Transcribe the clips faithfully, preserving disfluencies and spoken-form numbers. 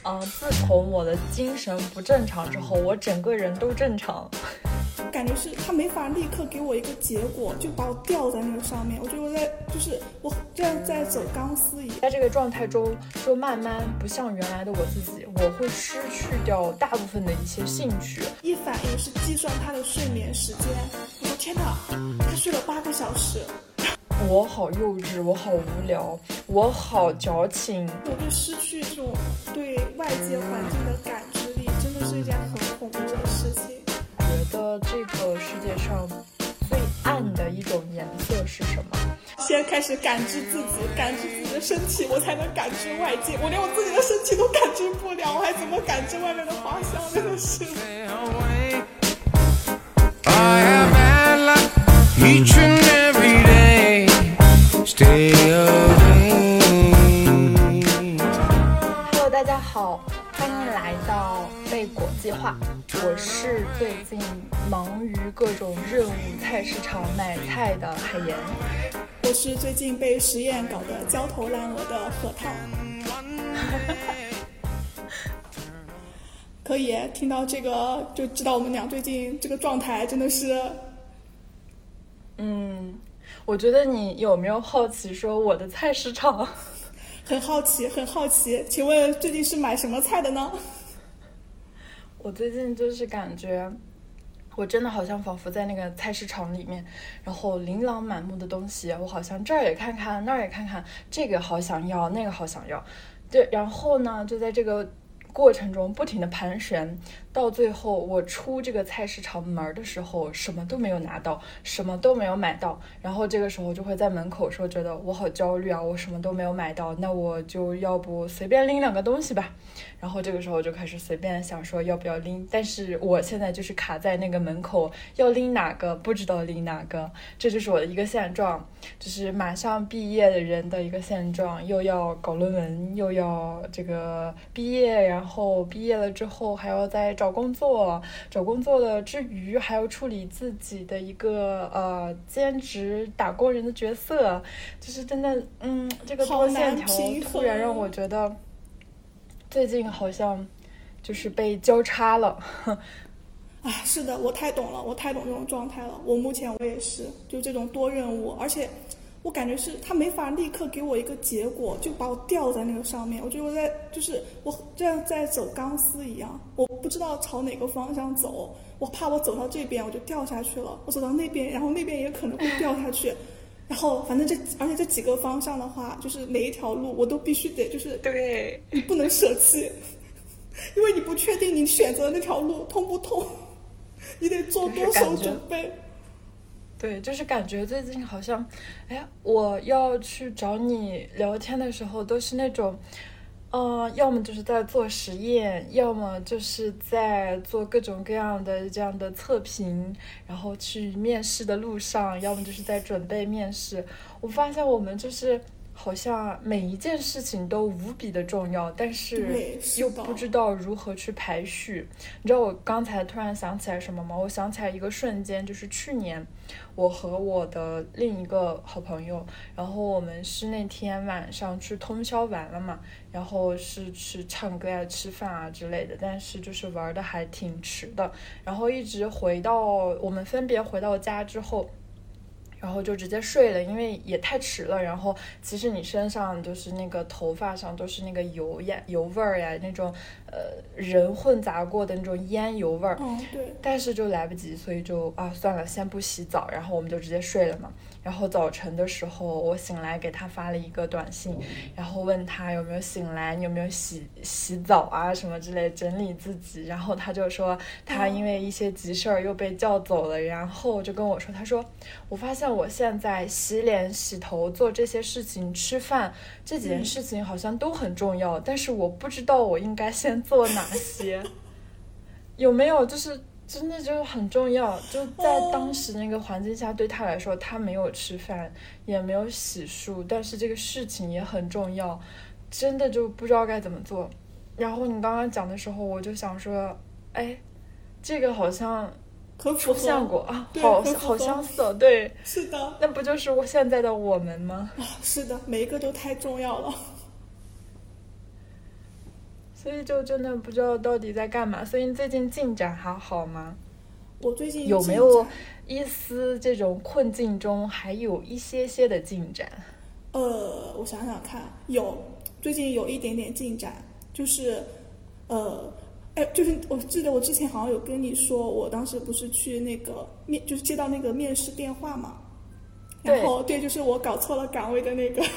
嗯、呃，自从我的精神不正常之后，我整个人都正常。 感觉是他没法立刻给我一个结果，就把我吊在那个上面。我觉得我在就是我这样在走钢丝一样， 在这个状态中，就慢慢不像原来的我自己，我会失去掉大部分的一些兴趣。 一反应是计算他的睡眠时间，我说天哪，他睡了八个小时。 我好幼稚，我好无聊，我好矫情。 我就失去这种对外界环境的感知力，真的是一件很恐怖的事情。 觉得这个世界上最暗的一种颜色是什么？ 先开始感知自己，感知自己的身体，我才能感知外界。我连我自己的身体都感知不了，我还怎么感知外面的花香？真的是。 Hello， 大家好，欢迎来到贝果计划。我是最近忙于各种任务、菜市场买菜的海盐。 我是最近被实验搞得焦头烂额的核桃。可以听到这个就知道我们俩最近这个状态真的是， 嗯，我觉得你有没有好奇说我的菜市场？ 很好奇，很好奇，请问最近是买什么菜的呢？ 我最近就是感觉我真的好像仿佛在那个菜市场里面，然后琳琅满目的东西，我好像这儿也看看，那儿也看看，这个好想要，那个好想要，对，然后呢就在这个过程中不停的盘旋，到最后我出这个菜市场门的时候什么都没有拿到，什么都没有买到，然后这个时候就会在门口说，觉得我好焦虑啊，我什么都没有买到，那我就要不随便拎两个东西吧。然后这个时候就开始随便想说要不要拎，但是我现在就是卡在那个门口，要拎哪个不知道拎哪个，这就是我的一个现状，就是马上毕业的人的一个现状，又要搞论文，又要这个毕业，然后毕业了之后还要再找工作，找工作的之余还要处理自己的一个呃兼职打工人的角色，就是真的嗯，这个多线条突然让我觉得最近好像就是被交叉了。 哎，是的，我太懂了，我太懂这种状态了。我目前我也是，就这种多任务，而且我感觉是他没法立刻给我一个结果，就把我吊在那个上面。我觉得我在就是我这样在走钢丝一样，我不知道朝哪个方向走，我怕我走到这边我就掉下去了，我走到那边，然后那边也可能会掉下去。然后反正这而且这几个方向的话，就是哪一条路我都必须得就是对， 你不能舍弃，因为你不确定你选择的那条路通不通，你得做多手准备。 对，就是感觉最近好像，哎，我要去找你聊天的时候都是那种呃，要么就是在做实验，要么就是在做各种各样的这样的测评，然后去面试的路上，要么就是在准备面试。我发现我们就是好像每一件事情都无比的重要，但是又不知道如何去排序。你知道我刚才突然想起来什么吗？我想起来一个瞬间，就是去年我和我的另一个好朋友，然后我们是那天晚上去通宵玩了嘛，然后是去唱歌呀、吃饭啊之类的，但是就是玩的还挺迟的，然后一直回到我们分别回到家之后，然后就直接睡了，因为也太迟了，然后其实你身上就是那个头发上都是那个油呀油味儿呀，那种呃人混杂过的那种烟油味儿， 嗯，对， 但是就来不及，所以就啊算了，先不洗澡，然后我们就直接睡了嘛。然后早晨的时候我醒来给他发了一个短信，然后问他有没有醒来，你有没有洗洗澡啊什么之类，整理自己。然后他就说他因为一些急事儿又被叫走了，然后就跟我说，他说我发现我现在洗脸洗头做这些事情吃饭这几件事情好像都很重要，但是我不知道我应该先做哪些。有没有就是真的就很重要，就在当时那个环境下，对他来说他没有吃饭也没有洗漱，但是这个事情也很重要，真的就不知道该怎么做。然后你刚刚讲的时候我就想说，哎，这个好像出现过啊，好好相似哦。对， 是的， 那不就是我现在的我们吗？ 是的，每一个都太重要了。 所以就真的不知道到底在干嘛。所以你最近进展还好吗？ 我最近有没有一丝这种困境中还有一些些的进展？ 呃，我想想看，有，最近有一点点进展，就是呃。哎，就是我记得我之前好像有跟你说，我当时不是去那个面，就是接到那个面试电话嘛，然后对，就是我搞错了岗位的那个，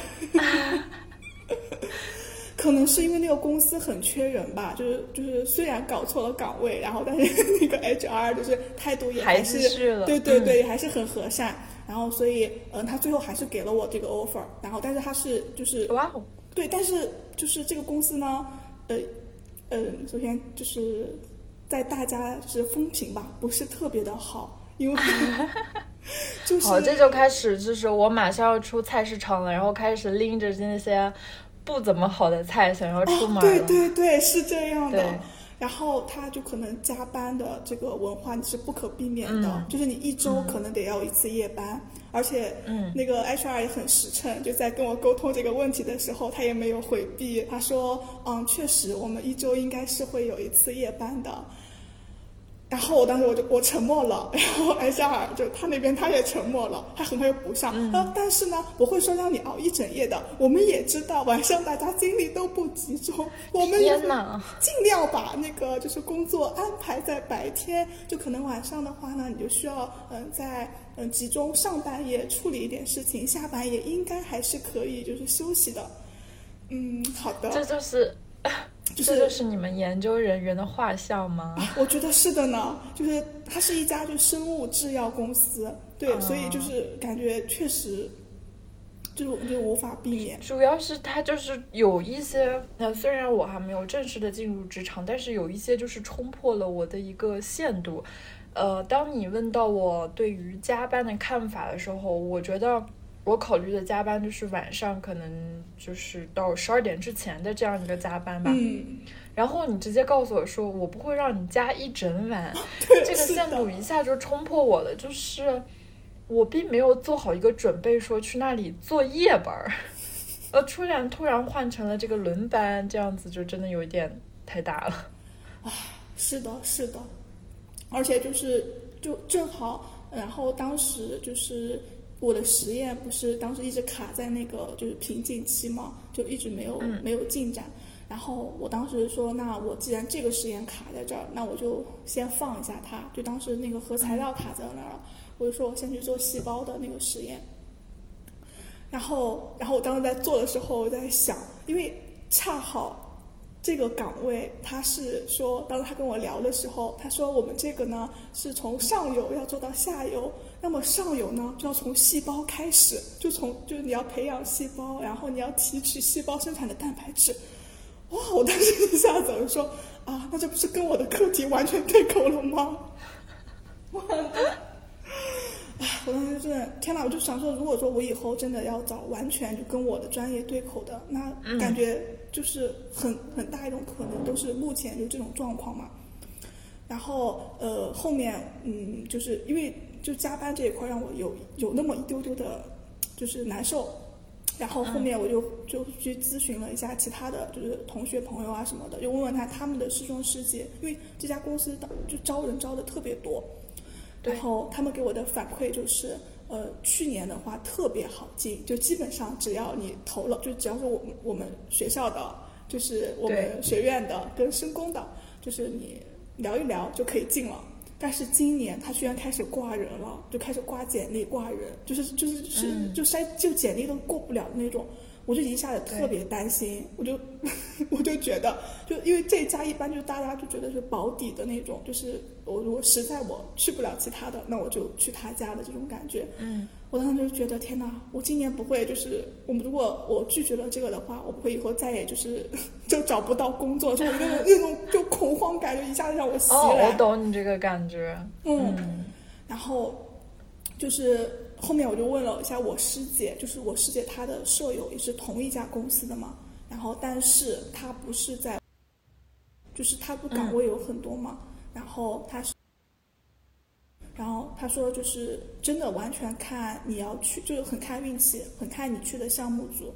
可能是因为那个公司很缺人吧，就是就是虽然搞错了岗位，然后但是那个 H R 就是态度也还是， 还对对对、嗯，还是很和善，然后所以嗯、呃，他最后还是给了我这个 offer， 然后但是他是就是哇哦， 对，但是就是这个公司呢，呃。嗯，首先就是在大家就是风评吧，不是特别的好，因为就是好，这就开始就是我马上要出菜市场了，然后开始拎着那些不怎么好的菜想要出门了。哦、 对对对，是这样的。然后他就可能加班的这个文化你是不可避免的，嗯、就是你一周可能得要一次夜班，嗯、而且那个 H R 也很实诚，就在跟我沟通这个问题的时候，他也没有回避，他说，嗯，确实我们一周应该是会有一次夜班的。然后我当时我就我沉默了，然后 H R 就他那边他也沉默了，他很快又补上，嗯、呃，但是呢，我会说让你熬一整夜的。我们也知道晚上大家精力都不集中，我们也尽量把那个就是工作安排在白天，就可能晚上的话呢，你就需要嗯、呃、在嗯、呃、集中上半夜处理一点事情，下半夜应该还是可以就是休息的。嗯，好的， 这就是。 就是、 这就是你们研究人员的画像吗？ 我觉得是的呢，就是它是一家就生物制药公司，对、嗯，所以就是感觉确实，就是我们就无法避免。 主要是它就是有一些，呃，虽然我还没有正式的进入职场，但是有一些就是冲破了我的一个限度。呃，当你问到我对于加班的看法的时候，我觉得。我考虑的加班就是晚上可能就是到十二点之前的这样一个加班吧。 嗯。 然后你直接告诉我说，我不会让你加一整晚，这个限度一下就冲破我了。就是我并没有做好一个准备，说去那里做夜班，呃，突然突然换成了这个轮班，这样子就真的有一点太大了。 啊，是的，是的，而且就是就正好，然后当时就是。我的实验不是当时一直卡在那个就是瓶颈期嘛，就一直没有、嗯、没有进展。然后我当时说，那我既然这个实验卡在这儿，那我就先放一下它。就当时那个核材料卡在那儿了，我就说我先去做细胞的那个实验。然后，然后我当时在做的时候，我在想，因为恰好这个岗位他是说，当时他跟我聊的时候，他说我们这个呢是从上游要做到下游。那么上游呢，就要从细胞开始，就从就你要培养细胞，然后你要提取细胞生产的蛋白质。哇！我当时一下子我说啊，那这不是跟我的课题完全对口了吗？哇！啊，我当时真的天哪！我就想说，如果说我以后真的要找完全就跟我的专业对口的，那感觉就是很很大一种可能都是目前就这种状况嘛。然后呃，后面嗯，就是因为。就加班这一块让我有有那么一丢丢的，就是难受。然后后面我就就去咨询了一下其他的就是同学朋友啊什么的，就问问他他们的师兄师姐，因为这家公司就招人招的特别多。然后他们给我的反馈就是，呃，去年的话特别好进，就基本上只要你投了，就只要是我们我们学校的，就是我们学院的跟深工的，就是你聊一聊就可以进了。但是今年他居然开始挂人了，就开始挂简历挂人，就是就是是就筛就简历都过不了的那种，我就一下子特别担心，我就我就觉得，就因为这家一般就大家就觉得是保底的那种，就是我如果实在我去不了其他的，那我就去他家的这种感觉。 嗯， 我当时就觉得天哪，我今年不会就是我们如果我拒绝了这个的话，我不会以后再也就是就找不到工作，就那种那种就恐慌感就一下子让我袭来。 哦，我懂你这个感觉。 嗯，嗯然后就是后面我就问了一下我师姐，就是我师姐她的舍友也是同一家公司的嘛，然后但是她不是在，就是她不岗位有很多嘛，嗯、然后她是。然后他说，就是真的完全看你要去，就是很看运气，很看你去的项目组。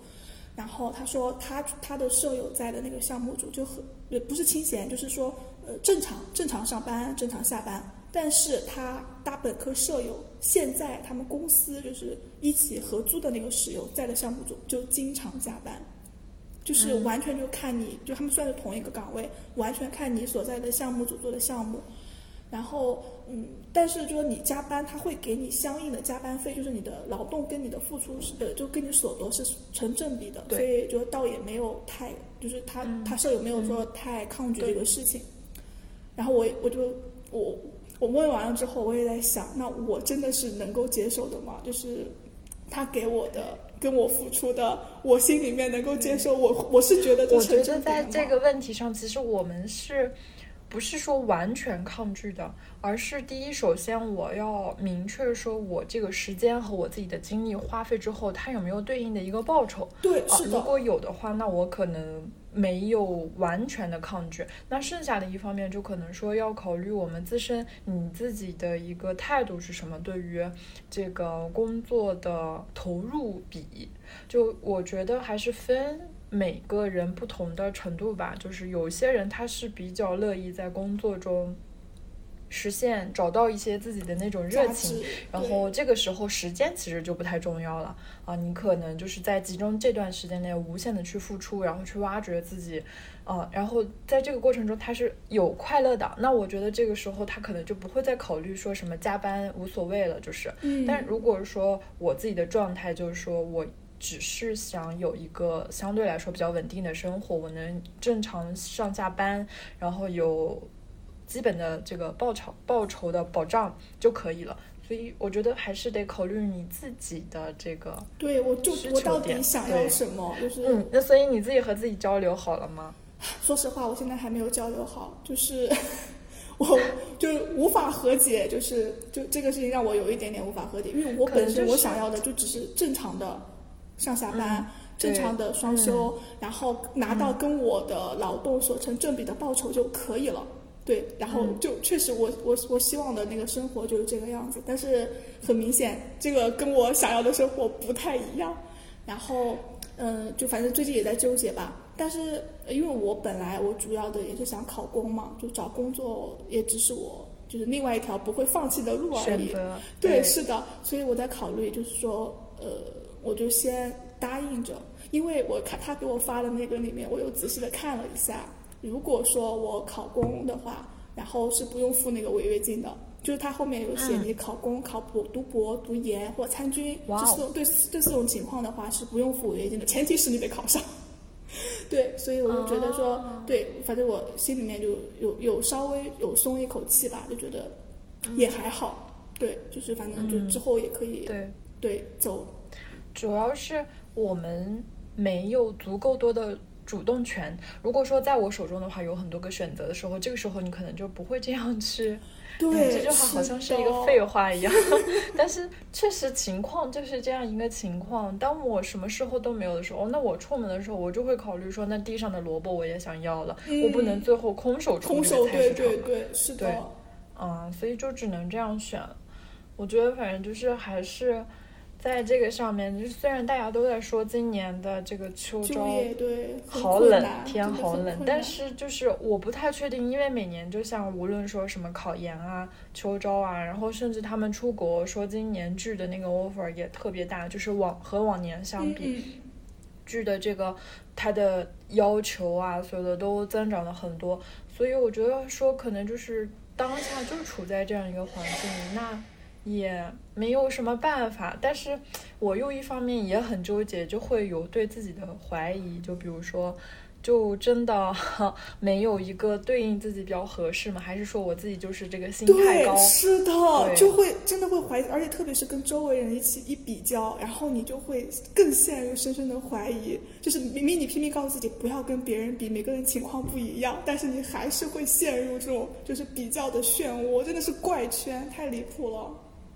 然后他说他他的舍友在的那个项目组就很不是清闲，就是说呃正常正常上班正常下班，但是他大本科舍友现在他们公司就是一起合租的那个室友在的项目组就经常加班，就是完全就看你、嗯、就他们算是同一个岗位，完全看你所在的项目组做的项目。然后嗯，但是就是你加班他会给你相应的加班费，就是你的劳动跟你的付出呃就跟你所得是成正比的，所以就倒也没有太就是他、嗯、他舍友没有说太抗拒这个事情、嗯、然后我我就我我问完了之后我也在想，那我真的是能够接受的吗？就是他给我的跟我付出的我心里面能够接受，我我是觉得这我觉得在这个问题上其实我们是不是说完全抗拒的，而是第一首先我要明确说我这个时间和我自己的精力花费之后它有没有对应的一个报酬。 对，是的、 啊、如果有的话那我可能没有完全的抗拒，那剩下的一方面就可能说要考虑我们自身你自己的一个态度是什么，对于这个工作的投入比，就我觉得还是分每个人不同的程度吧，就是有些人他是比较乐意在工作中实现找到一些自己的那种热情，然后这个时候时间其实就不太重要了啊，你可能就是在集中这段时间内无限的去付出，然后去挖掘自己啊，然后在这个过程中他是有快乐的，那我觉得这个时候他可能就不会再考虑说什么加班无所谓了，就是、嗯、但如果说我自己的状态就是说我只是想有一个相对来说比较稳定的生活，我能正常上下班，然后有基本的这个报酬报酬的保障就可以了。所以我觉得还是得考虑你自己的这个对，我就我到底想要什么，就是嗯，那所以你自己和自己交流好了吗？ 说实话，我现在还没有交流好，就是我就无法和解，就是就这个事情让我有一点点无法和解，因为我本身我想要的就只是正常的上下班、嗯、正常的双休、嗯、然后拿到跟我的劳动所成正比的报酬就可以了。对，然后就确实我我我希望的那个生活就是这个样子，但是很明显这个跟我想要的生活不太一样。然后嗯，就反正最近也在纠结吧。但是因为我本来我主要的也是想考公嘛，就找工作也只是我就是另外一条不会放弃的路而已。对，对，是的，所以我在考虑就是说呃我就先答应着，因为我看他给我发的那个里面我又仔细的看了一下，如果说我考公的话，然后是不用付那个违约金的，就是他后面有写你考公、嗯、考博、读博、读研或参军，这四种对这四种情况的话是不用付违约金的，前提是你得考上。对，所以我就觉得说、哦、对，反正我心里面就有有稍微有松一口气吧，就觉得也还好、嗯、对，就是反正就之后也可以、嗯、对对走。 主要是我们没有足够多的主动权，如果说在我手中的话有很多个选择的时候，这个时候你可能就不会这样去， 对、嗯、 这句话好像是一个废话一样但是确实情况就是这样一个情况，当我什么时候都没有的时候，那我出门的时候我就会考虑说那地上的萝卜我也想要了、嗯、我不能最后空手出这个菜市场， 对对对，是的， 对，嗯，所以就只能这样选。我觉得反正就是还是在这个上面，就是虽然大家都在说今年的这个秋招好冷，天好冷，但是就是我不太确定，因为每年就像无论说什么考研啊、秋招啊，然后甚至他们出国说今年剧的那个 offer 也特别大，就是往和往年相比，嗯嗯剧的这个它的要求啊，所有的都增长了很多，所以我觉得说可能就是当下就处在这样一个环境里，那也没有什么办法，但是我又一方面也很纠结，就会有对自己的怀疑，就比如说就真的没有一个对应自己比较合适吗？还是说我自己就是这个心太高？ 对，是的，就会真的会怀疑，而且特别是跟周围人一起一比较，然后你就会更陷入深深的怀疑，就是明明你拼命告诉自己不要跟别人比，每个人情况不一样，但是你还是会陷入这种就是比较的漩涡，真的是怪圈，太离谱了。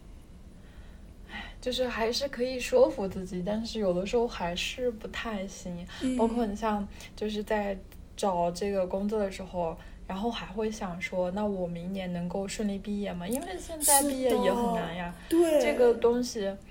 就是还是可以说服自己，但是有的时候还是不太行、嗯、包括你像就是在找这个工作的时候，然后还会想说那我明年能够顺利毕业吗？因为现在毕业也很难呀。 对， 这个东西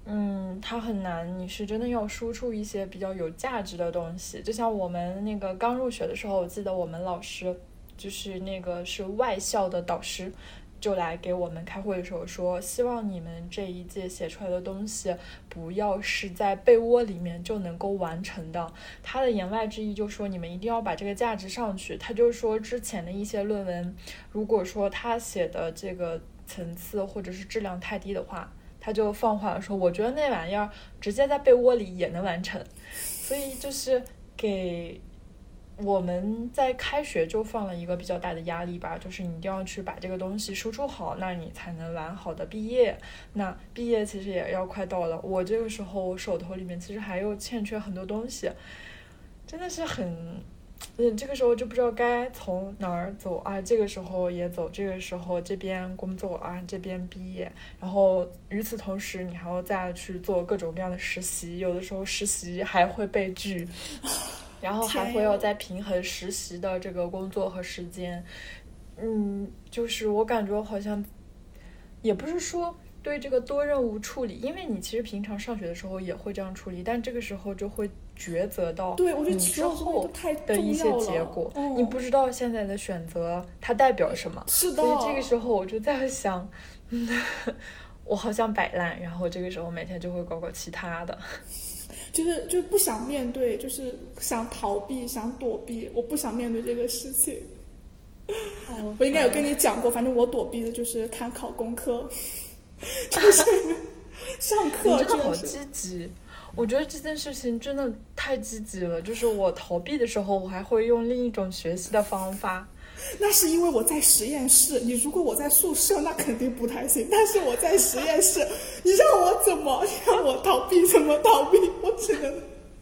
嗯，它很难，你是真的要输出一些比较有价值的东西。就像我们那个刚入学的时候，我记得我们老师就是那个是外校的导师，就来给我们开会的时候说，希望你们这一届写出来的东西不要是在被窝里面就能够完成的。他的言外之意就说你们一定要把这个价值上去。他就说之前的一些论文，如果说他写的这个层次或者是质量太低的话，他就放话说我觉得那玩意儿直接在被窝里也能完成。所以就是给我们在开学就放了一个比较大的压力吧，就是你一定要去把这个东西输出好，那你才能完好的毕业。那毕业其实也要快到了，我这个时候我手头里面其实还有欠缺很多东西，真的是很嗯，这个时候就不知道该从哪儿走啊，这个时候也走，这个时候这边工作啊，这边毕业，然后与此同时你还要再去做各种各样的实习，有的时候实习还会被拒，然后还会要再平衡实习的这个工作和时间。嗯，就是我感觉好像也不是说对这个多任务处理，因为你其实平常上学的时候也会这样处理，但这个时候就会抉择到你之后的一些结果， 嗯、 你不知道现在的选择它代表什么。 是的， 所以这个时候我就在想，嗯，我好想摆烂，然后这个时候每天就会搞搞其他的， 就是就不想面对，就是想逃避，想躲避，我不想面对这个事情。 哦、 我应该有跟你讲过，反正我躲避的就是看考公课。就是上课你真的好积极，我觉得这件事情真的太积极了。就是我逃避的时候，我还会用另一种学习的方法。 那是因为我在实验室，你如果我在宿舍，那肯定不太行。但是我在实验室，你让我怎么让我逃避怎么逃避，我只能，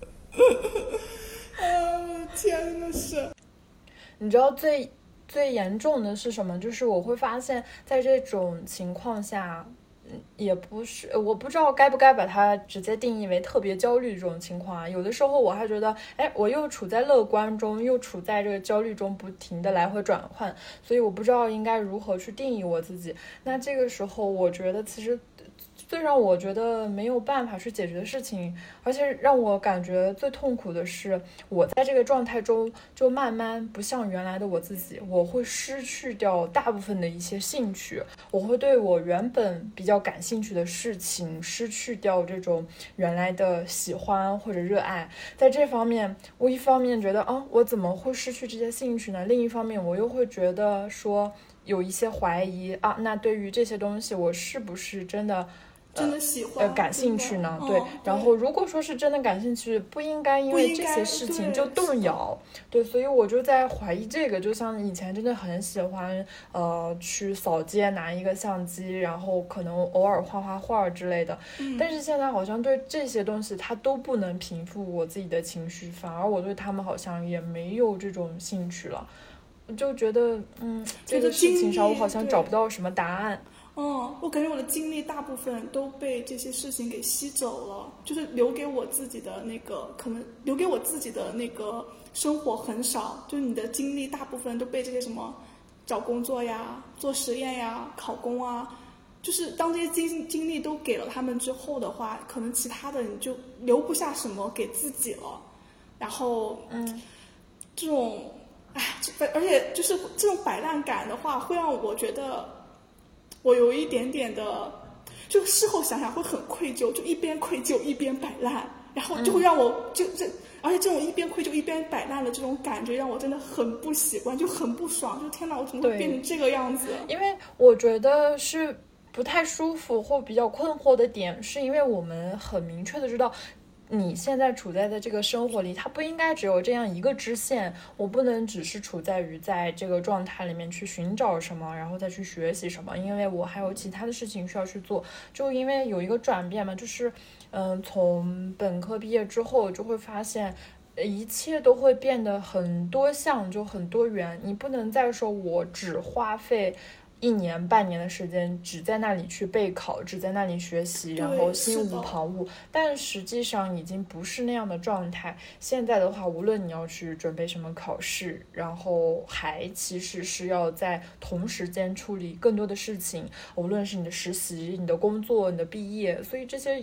啊，天呐，是。 你知道最最严重的是什么？就是我会发现，在这种情况下。也不是，我不知道该不该把它直接定义为特别焦虑这种情况啊。有的时候我还觉得，哎，我又处在乐观中，又处在这个焦虑中，不停的来回转换，所以我不知道应该如何去定义我自己。那这个时候，我觉得其实最让我觉得没有办法去解决的事情，而且让我感觉最痛苦的是，我在这个状态中就慢慢不像原来的我自己，我会失去掉大部分的一些兴趣，我会对我原本比较感兴趣的事情失去掉这种原来的喜欢或者热爱。在这方面，我一方面觉得啊，我怎么会失去这些兴趣呢？另一方面，我又会觉得说有一些怀疑啊，那对于这些东西，我是不是真的？ 真的喜欢、 呃、感兴趣呢？对、 嗯， 然后如果说是真的感兴趣，不应该因为这些事情就动摇。对，所以我就在怀疑这个。就像以前真的很喜欢呃去扫街拿一个相机，然后可能偶尔画画画之类的、 嗯、 但是现在好像对这些东西它都不能平复我自己的情绪，反而我对他们好像也没有这种兴趣了。我就觉得嗯这个事情上我好像找不到什么答案。 嗯，我感觉我的精力大部分都被这些事情给吸走了，就是留给我自己的那个，可能留给我自己的那个生活很少，就是你的精力大部分都被这些什么找工作呀、做实验呀、考公啊，就是当这些精精力都给了他们之后的话，可能其他的你就留不下什么给自己了。然后， 嗯， 这种，哎，而且就是这种摆烂感的话，会让我觉得。我有一点点的，就事后想想会很愧疚，就一边愧疚一边摆烂，然后就会让我、嗯、就这，而且这种一边愧疚一边摆烂的这种感觉，让我真的很不习惯，就很不爽，就天哪，我怎么会变成这个样子？ 因为我觉得是不太舒服或比较困惑的点，是因为我们很明确的知道。你现在处在的这个生活里，它不应该只有这样一个支线，我不能只是处在于在这个状态里面去寻找什么，然后再去学习什么，因为我还有其他的事情需要去做。就因为有一个转变嘛，就是嗯，从本科毕业之后就会发现一切都会变得很多项，就很多元，你不能再说我只花费一年半年的时间只在那里去备考，只在那里学习，然后心无旁骛，但实际上已经不是那样的状态。现在的话，无论你要去准备什么考试，然后还其实是要在同时间处理更多的事情，无论是你的实习、你的工作、你的毕业，所以这些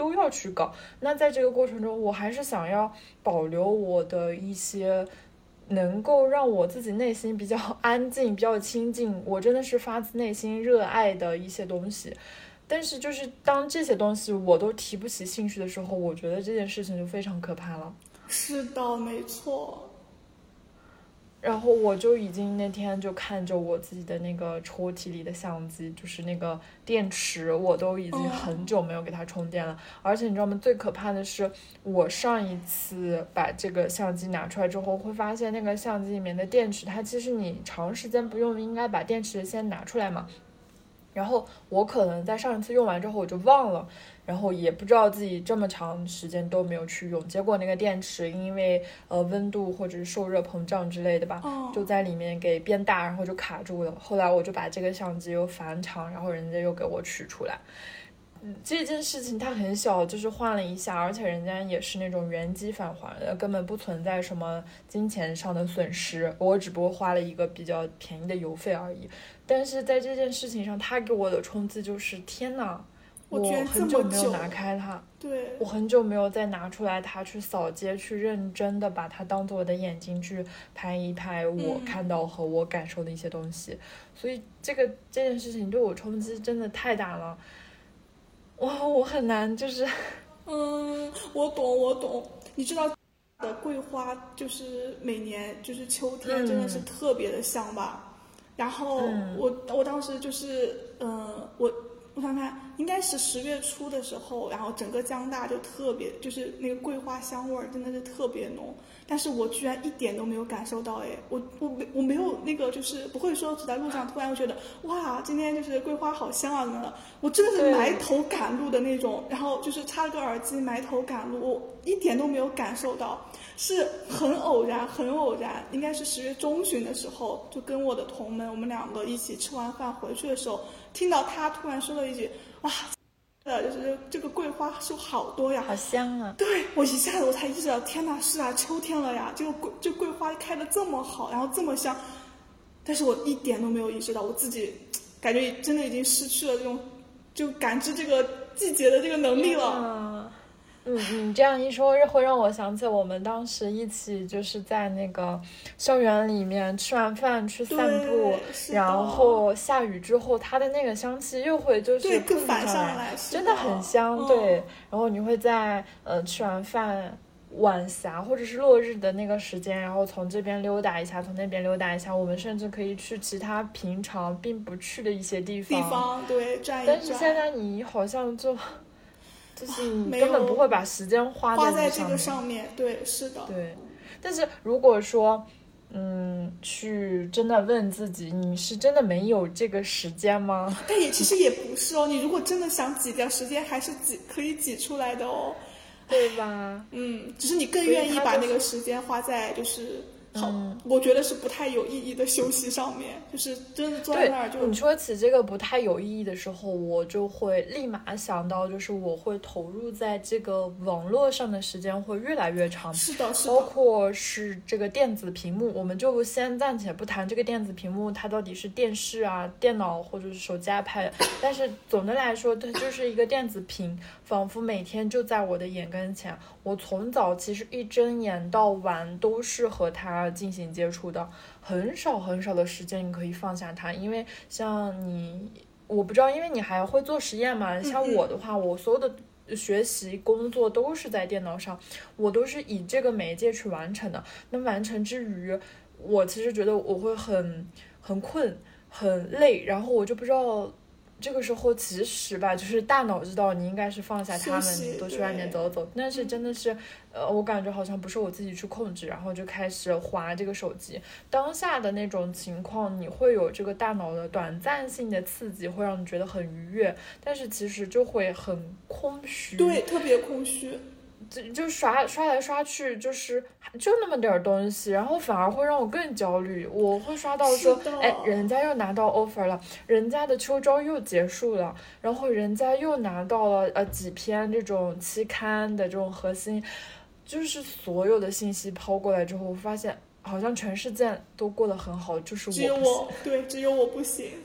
都要去搞。那在这个过程中，我还是想要保留我的一些能够让我自己内心比较安静、比较亲近，我真的是发自内心热爱的一些东西。但是就是当这些东西我都提不起兴趣的时候，我觉得这件事情就非常可怕了。 是的，没错。 然后我就已经那天就看着我自己的那个抽屉里的相机，就是那个电池，我都已经很久没有给它充电了。而且你知道吗？最可怕的是，我上一次把这个相机拿出来之后，会发现那个相机里面的电池，它其实你长时间不用，应该把电池先拿出来嘛。然后我可能在上一次用完之后我就忘了，然后也不知道自己这么长时间都没有去用，结果那个电池因为呃温度或者是受热膨胀之类的吧，就在里面给变大，然后就卡住了。后来我就把这个相机又返厂，然后人家又给我取出来。这件事情它很小，就是换了一下，而且人家也是那种原机返还的，根本不存在什么金钱上的损失，我只不过花了一个比较便宜的邮费而已。但是在这件事情上，他给我的冲击就是天哪， 我很久没有拿开它， 对， 我很久没有再拿出来它去扫街，去认真的把它当做我的眼睛去拍一拍我看到和我感受的一些东西、嗯、所以这个这件事情对我冲击真的太大了。哇，我很难就是嗯，我懂我懂。你知道的桂花就是每年就是秋天真的是特别的香吧、嗯、然后我、嗯、我当时就是嗯、呃、我我想看应该是十月初的时候，然后整个江大就特别就是那个桂花香味儿真的是特别浓，但是我居然一点都没有感受到。哎，我我没我没有那个就是不会说走在路上突然会觉得哇今天就是桂花好香啊什么的，我真的是埋头赶路的那种，然后就是插了个耳机埋头赶路，我一点都没有感受到。是很偶然很偶然，应该是十月中旬的时候，就跟我的同门我们两个一起吃完饭回去的时候，听到他突然说了一句哇呃，就是这个桂花树好多呀， 好香啊！ 对，我一下子我才意识到，天哪，是啊，秋天了呀，这个桂这桂花开得这么好，然后这么香，但是我一点都没有意识到，我自己感觉真的已经失去了这种就感知这个季节的这个能力了。 嗯嗯，你这样一说会让我想起我们当时一起就是在那个校园里面吃完饭去散步，然后下雨之后它的那个香气又会就是更反上来， 真的很香、嗯、对，然后你会在呃吃完饭晚霞或者是落日的那个时间，然后从这边溜达一下从那边溜达一下，我们甚至可以去其他平常并不去的一些地方地方对转一转。 但是现在你好像就就是你根本不会把时间花在, 花在这个上面，对，是的， 对。但是如果说，嗯，去真的问自己，你是真的没有这个时间吗？ 但也其实也不是哦，你如果真的想挤掉时间，还是挤可以挤出来的哦， 对吧？ 嗯，只是你更愿意把那个时间花在就是。好、嗯，我觉得是不太有意义的休息上面，就是真的坐在那儿就。 你说起这个不太有意义的时候，我就会立马想到，就是我会投入在这个网络上的时间会越来越长。 是的，是的。 包括是这个电子屏幕，我们就先暂且不谈这个电子屏幕，它到底是电视啊、电脑或者是手机 iPad， 但是总的来说，它就是一个电子屏，仿佛每天就在我的眼跟前。我从早其实一睁眼到晚都是和它进行接触的，很少很少的时间你可以放下它。因为像你我不知道，因为你还会做实验嘛，像我的话、嗯、我所有的学习工作都是在电脑上，我都是以这个媒介去完成的。那完成之余，我其实觉得我会很很困很累，然后我就不知道这个时候其实吧，就是大脑知道你应该是放下他们，你都去外面走走，但是真的是呃，我感觉好像不是我自己去控制，然后就开始滑这个手机。当下的那种情况，你会有这个大脑的短暂性的刺激，会让你觉得很愉悦，但是其实就会很空虚， 对，特别空虚。 就就刷刷来刷去，就是就那么点东西，然后反而会让我更焦虑。我会刷到说，哎，人家又拿到 offer 了，人家的秋招又结束了，然后人家又拿到了呃几篇这种期刊的这种核心，就是所有的信息抛过来之后，我发现好像全世界都过得很好，就是我不行。 只有我，对，只有我不行。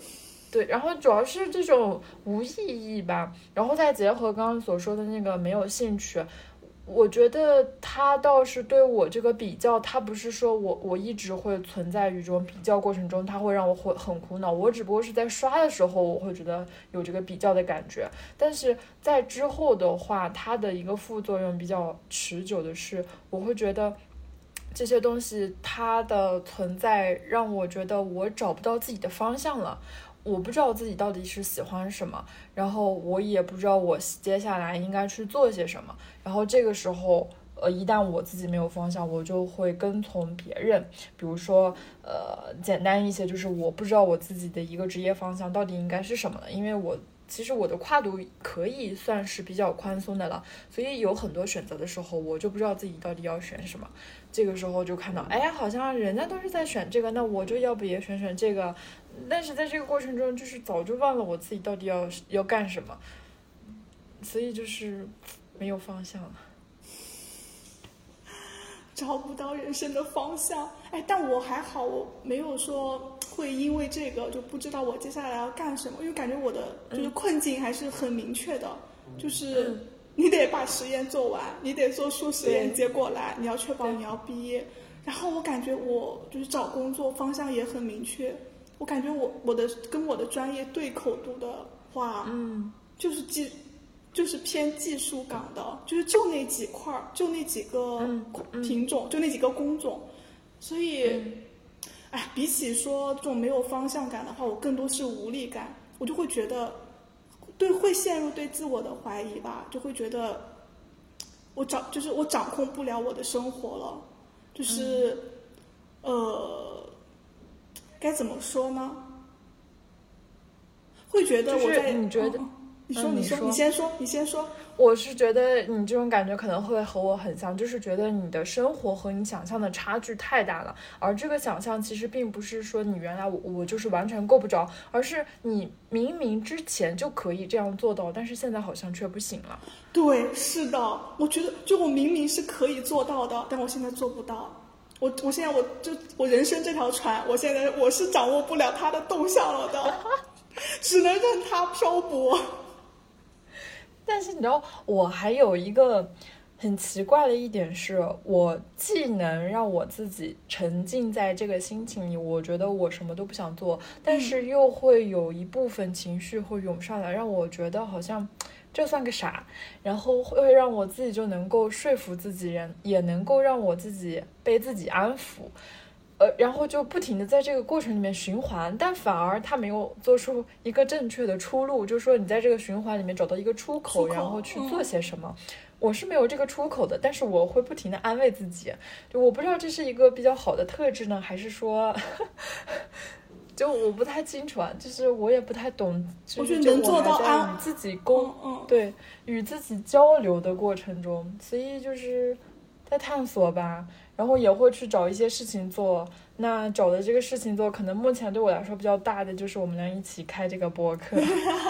对，然后主要是这种无意义吧，然后再结合刚刚所说的那个没有兴趣，我觉得他倒是对我这个比较，他不是说我我一直会存在于这种比较过程中，他会让我会很苦恼，我只不过是在刷的时候我会觉得有这个比较的感觉，但是在之后的话，它的一个副作用比较持久的是，我会觉得这些东西它的存在让我觉得我找不到自己的方向了。我不知道自己到底是喜欢什么，然后我也不知道我接下来应该去做些什么，然后这个时候呃，一旦我自己没有方向，我就会跟从别人，比如说呃，简单一些就是我不知道我自己的一个职业方向到底应该是什么了，因为我其实我的跨度可以算是比较宽松的了，所以有很多选择的时候我就不知道自己到底要选什么，这个时候就看到哎，好像人家都是在选这个，那我就要不也选选这个，但是在这个过程中就是早就忘了我自己到底要要干什么，所以就是没有方向了， 找不到人生的方向。哎，但我还好，我没有说会因为这个就不知道我接下来要干什么，因为感觉我的就是困境还是很明确的，嗯、就是你得把实验做完，你得做出实验结果来，你要确保你要毕业。然后我感觉我就是找工作方向也很明确，我感觉我我的跟我的专业对口度的话， 嗯， 就是技。就是偏技术岗的，就是就那几块儿，就那几个品种，嗯嗯、就那几个工种，所以，嗯、哎，比起说这种没有方向感的话，我更多是无力感，我就会觉得，对，会陷入对自我的怀疑吧，就会觉得，我掌就是我掌控不了我的生活了，就是，嗯、呃，该怎么说呢？会觉得我在， 就是你觉得。 嗯你说，你说，你先说，你先说。 我是觉得你这种感觉可能会和我很像，就是觉得你的生活和你想象的差距太大了，而这个想象其实并不是说你原来我我就是完全够不着，而是你明明之前就可以这样做到，但是现在好像却不行了。 对，是的，我觉得就我明明是可以做到的，但我现在做不到。我我现在我就我人生这条船，我现在我是掌握不了它的动向了的，只能任它漂泊。 但是你知道，我还有一个很奇怪的一点是，我既能让我自己沉浸在这个心情里，我觉得我什么都不想做，但是又会有一部分情绪会涌上来，让我觉得好像这算个啥，然后会让我自己就能够说服自己人，也能够让我自己被自己安抚。呃，然后就不停的在这个过程里面循环，但反而他没有做出一个正确的出路，就是说你在这个循环里面找到一个出口， 出口然后去做些什么。嗯、我是没有这个出口的，但是我会不停的安慰自己，就我不知道这是一个比较好的特质呢，还是说，就我不太清楚啊，就是我也不太懂， 我觉得能做到安与自己沟、 嗯嗯、 对与自己交流的过程中，所以就是在探索吧。然后也会去找一些事情做，那找的这个事情做，可能目前对我来说比较大的就是我们俩一起开这个播客，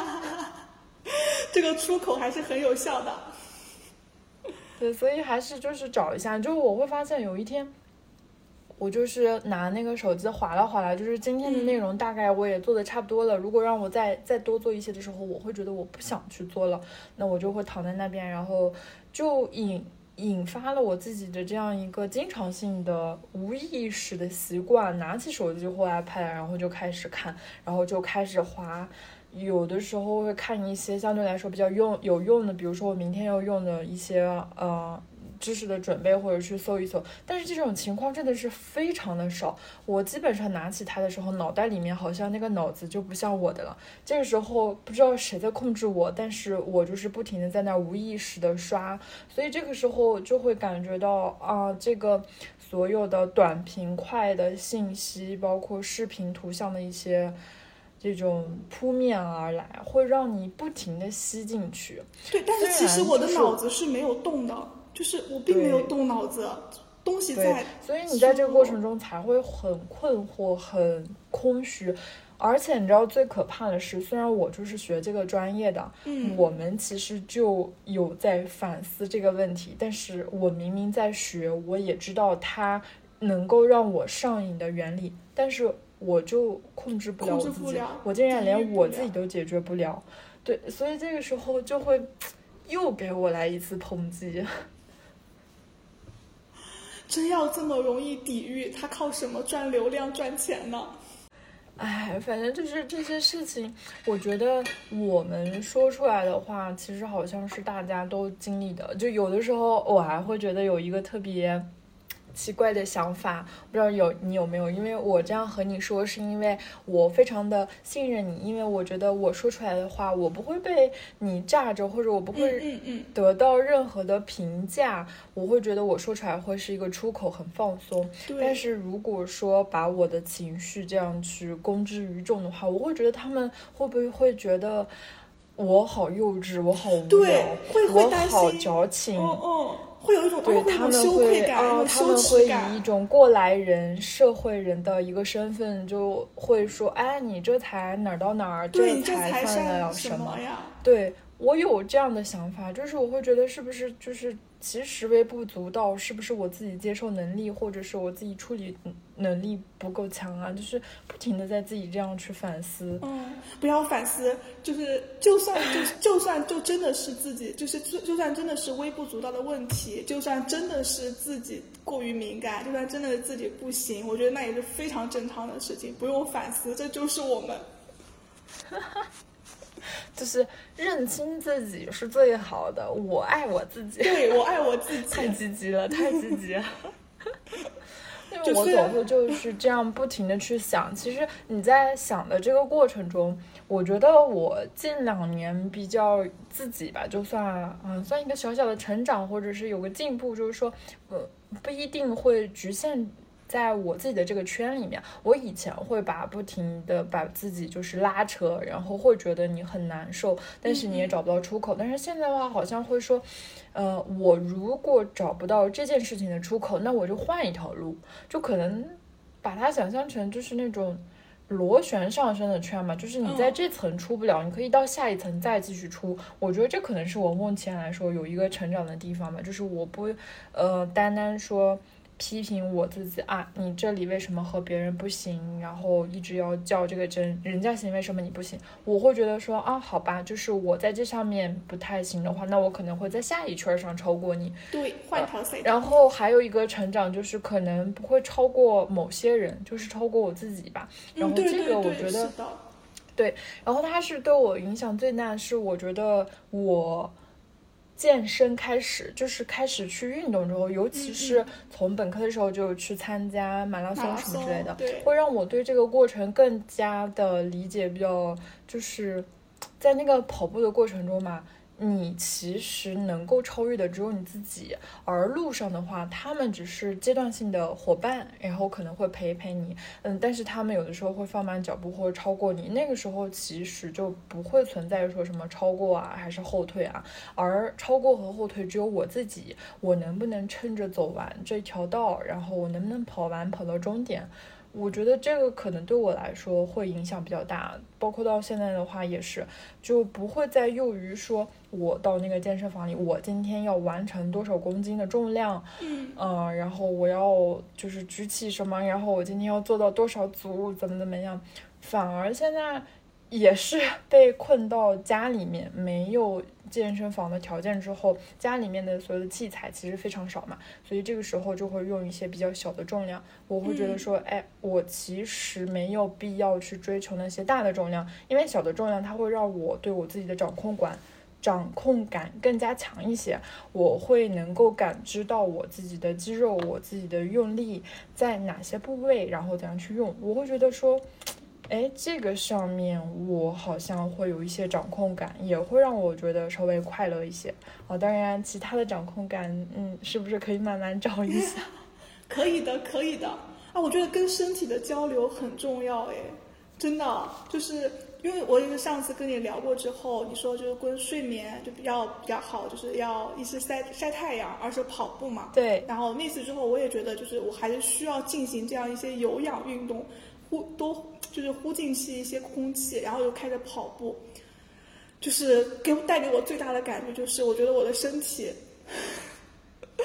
这个出口还是很有效的。 对，所以还是就是找一下，就是我会发现有一天，我就是拿那个手机划拉划拉，就是今天的内容大概我也做的差不多了。嗯、如果让我再再多做一些的时候，我会觉得我不想去做了，那我就会躺在那边，然后就引。引发了我自己的这样一个经常性的无意识的习惯，拿起手机或 iPad， 然后就开始看，然后就开始滑，有的时候会看一些相对来说比较用有用的，比如说我明天要用的一些呃知识的准备，或者去搜一搜，但是这种情况真的是非常的少。我基本上拿起它的时候，脑袋里面好像那个脑子就不像我的了。这个时候不知道谁在控制我，但是我就是不停的在那无意识的刷，所以这个时候就会感觉到啊、呃，这个所有的短平快的信息，包括视频、图像的一些。这种扑面而来，会让你不停的吸进去。 对，但是其实我的脑子是没有动的，就是我并没有动脑子，东西在。 所以你在这个过程中才会很困惑、很空虚。而且你知道最可怕的是，虽然我就是学这个专业的， 嗯， 我们其实就有在反思这个问题，但是我明明在学，我也知道它能够让我上瘾的原理，但是我就控制不了我自己，我竟然连我自己都解决不了。对，所以这个时候就会又给我来一次抨击。 真要这么容易抵御，他靠什么赚流量赚钱呢？ 哎，反正就是这些事情，我觉得我们说出来的话，其实好像是大家都经历的。就有的时候，我还会觉得有一个特别奇怪的想法，不知道有你有没有？因为我这样和你说，是因为我非常的信任你，因为我觉得我说出来的话，我不会被你炸着，或者我不会得到任何的评价， 嗯嗯嗯、 我会觉得我说出来会是一个出口，很放松。但是如果说把我的情绪这样去公之于众的话，我会觉得他们会不会会觉得我好幼稚，我好无聊， 对，会会我好矫情。 哦哦，会有一种对，他们会啊，他们会以一种过来人、社会人的一个身份，就会说，哎，你这才哪儿到哪儿， 这才算得了什么呀？ 对，我有这样的想法，就是我会觉得是不是就是其实微不足道，是不是我自己接受能力，或者是我自己处理能力不够强啊？就是不停的在自己这样去反思。 嗯，不要反思，就是就算就就算就真的是自己，就是就就算真的是微不足道的问题，就算真的是自己过于敏感，就算真的是自己不行，我觉得那也是非常正常的事情，不用反思，这就是我们。 就是认清自己是最好的，我爱我自己。 对，我爱我自己。 太积极了，太积极了。因为我总会就是这样不停的去想，其实你在想的这个过程中，我觉得我近两年比较自己吧，就算嗯算一个小小的成长，或者是有个进步，就是说呃不一定会局限在我自己的这个圈里面。我以前会把不停的把自己就是拉扯，然后会觉得你很难受，但是你也找不到出口。但是现在的话好像会说呃，我如果找不到这件事情的出口，那我就换一条路，就可能把它想象成就是那种螺旋上升的圈嘛，就是你在这层出不了，你可以到下一层再继续出。我觉得这可能是我目前来说有一个成长的地方吧，就是我不呃单单说批评我自己啊，你这里为什么和别人不行，然后一直要较这个真，人家行为什么你不行。我会觉得说啊，好吧，就是我在这上面不太行的话，那我可能会在下一圈上超过你， 对，换条赛道。 然后还有一个成长就是可能不会超过某些人，就是超过我自己吧。然后这个我觉得、 嗯、对, 对, 对, 对，然后它是对我影响最大，是我觉得我健身开始，就是开始去运动之后，尤其是从本科的时候就去参加马拉松什么之类的，会让我对这个过程更加的理解，比较就是在那个跑步的过程中嘛，你其实能够超越的只有你自己，而路上的话他们只是阶段性的伙伴，然后可能会陪陪你，嗯，但是他们有的时候会放慢脚步或者超过你，那个时候其实就不会存在说什么超过啊还是后退啊，而超过和后退只有我自己，我能不能撑着走完这条道，然后我能不能跑完跑到终点，我觉得这个可能对我来说会影响比较大，包括到现在的话也是，就不会再囿于说我到那个健身房里，我今天要完成多少公斤的重量， 嗯、 呃，然后我要就是举起什么，然后我今天要做到多少组，怎么怎么样，反而现在也是被困到家里面，没有健身房的条件之后，家里面的所有的器材其实非常少嘛，所以这个时候就会用一些比较小的重量。我会觉得说，哎，我其实没有必要去追求那些大的重量，因为小的重量它会让我对我自己的掌控感掌控感更加强一些，我会能够感知到我自己的肌肉，我自己的用力在哪些部位，然后怎样去用。我会觉得说哎，这个上面我好像会有一些掌控感，也会让我觉得稍微快乐一些啊。当然其他的掌控感嗯，是不是可以慢慢找一下？ 可以的可以的啊，我觉得跟身体的交流很重要哎，真的，就是因为我也是上次跟你聊过之后，你说就是跟睡眠就比较比较好，就是要一是晒晒太阳，二是跑步嘛。 对。 然后那次之后，我也觉得就是我还是需要进行这样一些有氧运动，呼多就是呼进去一些空气，然后又开始跑步，就是给带给我最大的感觉就是，我觉得我的身体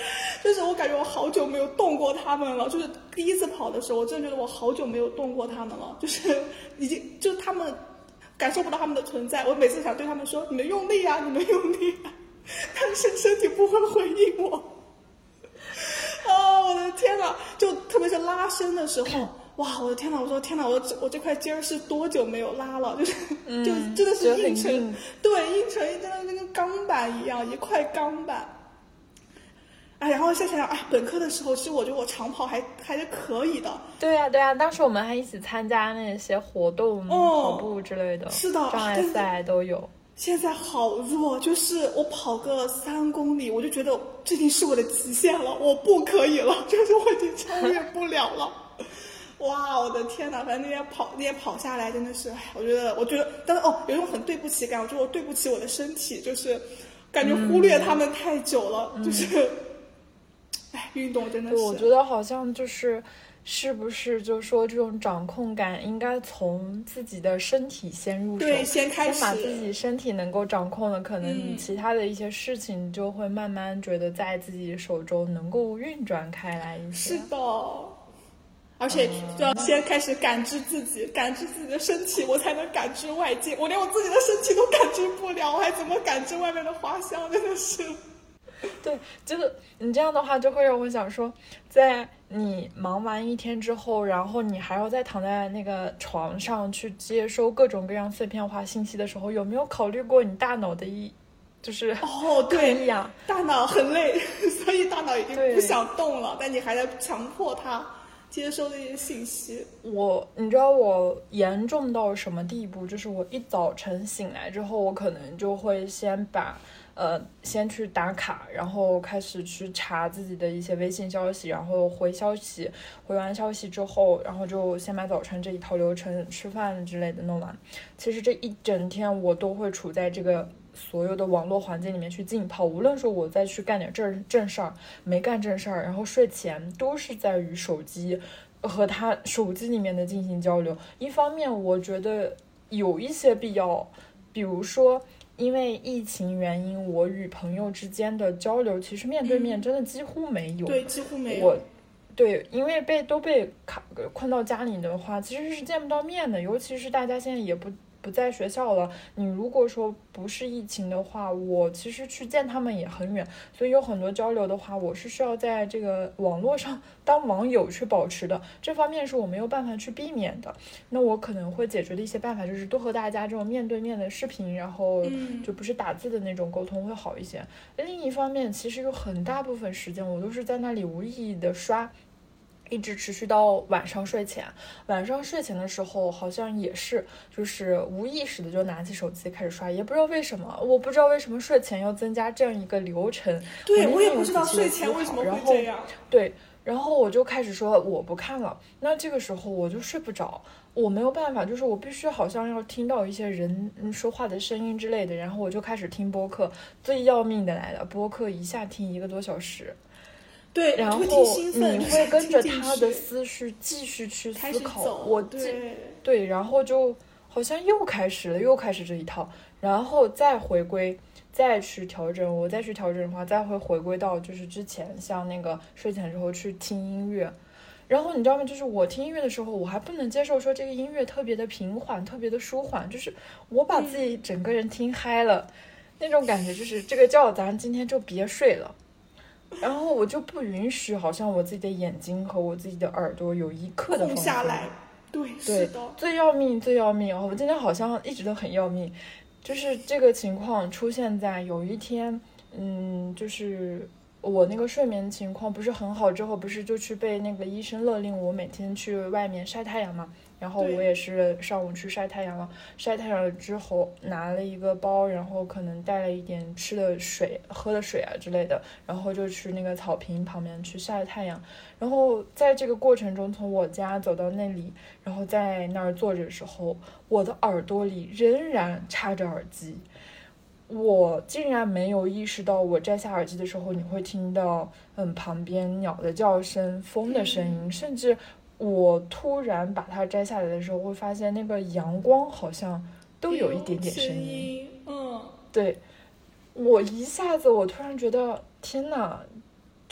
就是我感觉我好久没有动过他们了，就是第一次跑的时候，我真的觉得我好久没有动过他们了，就是已经就是他们感受不到他们的存在，我每次想对他们说你们用力啊，你们用力啊，但是身体不会回应我。哦，我的天哪！就特别是拉伸的时候，哇，我的天哪！我说天哪，我这我这块筋儿是多久没有拉了？就是、嗯、就真的是硬成，硬对，硬成真的跟钢板一样，一块钢板。哎，然后再想想，哎，本科的时候，其实我觉得我长跑还还是可以的。 对呀、啊，对呀、啊，当时我们还一起参加那些活动，哦、跑步之类的， 是的， 障碍赛都有。 现在好弱，就是我跑个三公里，我就觉得这已经是我的极限了，我不可以了，就是我已经超越不了了。哇，我的天哪！反正那天跑，那天跑下来真的是，我觉得，我觉得，但是哦，有一种很对不起感，我觉得我对不起我的身体，就是感觉忽略他们太久了，嗯、就是，哎，运动真的是。 我觉得好像就是。是不是就说这种掌控感应该从自己的身体先入手， 对，先开始， 先把自己身体能够掌控了，可能你其他的一些事情就会慢慢觉得在自己手中能够运转开来一些。 是的，而且就要先开始感知自己，嗯、感知自己的身体，我才能感知外界。我连我自己的身体都感知不了，我还怎么感知外面的花香？真的是。 对，就是你这样的话，就会让我想说，在你忙完一天之后，然后你还要再躺在那个床上去接收各种各样碎片化信息的时候，有没有考虑过你大脑的一就是哦，对呀， 大脑很累，所以大脑已经不想动了，但你还在强迫它接收这些信息。 我，你知道我严重到什么地步？就是我一早晨醒来之后，我可能就会先把。呃，先去打卡，然后开始去查自己的一些微信消息，然后回消息，回完消息之后，然后就先把早晨这一套流程、吃饭之类的弄完。其实这一整天我都会处在这个所有的网络环境里面去浸泡，无论说我再去干点正正事儿，没干正事儿，然后睡前都是在与手机和他手机里面的进行交流。一方面，我觉得有一些必要，比如说。因为疫情原因，我与朋友之间的交流其实面对面真的几乎没有。 嗯、对，几乎没有。 我，对，因为被都被卡困到家里的话，其实是见不到面的。尤其是大家现在也不不在学校了，你如果说不是疫情的话，我其实去见他们也很远，所以有很多交流的话，我是需要在这个网络上当网友去保持的。这方面是我没有办法去避免的。那我可能会解决的一些办法就是多和大家这种面对面的视频，然后就不是打字的那种沟通会好一些。嗯、另一方面，其实有很大部分时间我都是在那里无意义的刷。一直持续到晚上睡前，晚上睡前的时候好像也是，就是无意识的就拿起手机开始刷，也不知道为什么，我不知道为什么睡前要增加这样一个流程。 对，我也不知道睡前为什么会这样。 对，然后我就开始说我不看了，那这个时候我就睡不着，我没有办法，就是我必须好像要听到一些人说话的声音之类的，然后我就开始听播客，最要命的来了，播客一下听一个多小时。 对， 然后你会跟着他的思绪继续去思考，我对对，然后就好像又开始了，又开始这一套，然后再回归，再去调整，我再去调整的话，再会回归到就是之前像那个睡前之后去听音乐，然后你知道吗？就是我听音乐的时候，我还不能接受说这个音乐特别的平缓，特别的舒缓，就是我把自己整个人听嗨了，嗯、那种感觉就是这个觉咱今天就别睡了。然后我就不允许好像我自己的眼睛和我自己的耳朵有一刻的放松下来。对， 对，最要命最要命哦！我今天好像一直都很要命，就是这个情况出现在有一天，嗯，就是我那个睡眠情况不是很好之后，不是就去被那个医生勒令我每天去外面晒太阳嘛。然后我也是上午去晒太阳了，晒太阳了之后拿了一个包，然后可能带了一点吃的水、喝的水啊之类的，然后就去那个草坪旁边去晒太阳。然后在这个过程中，从我家走到那里，然后在那儿坐着的时候，我的耳朵里仍然插着耳机。我竟然没有意识到，我摘下耳机的时候，你会听到嗯旁边鸟的叫声、风的声音，嗯、甚至。我突然把它摘下来的时候，会发现那个阳光好像都有一点点声音。嗯， 对，我一下子我突然觉得天哪，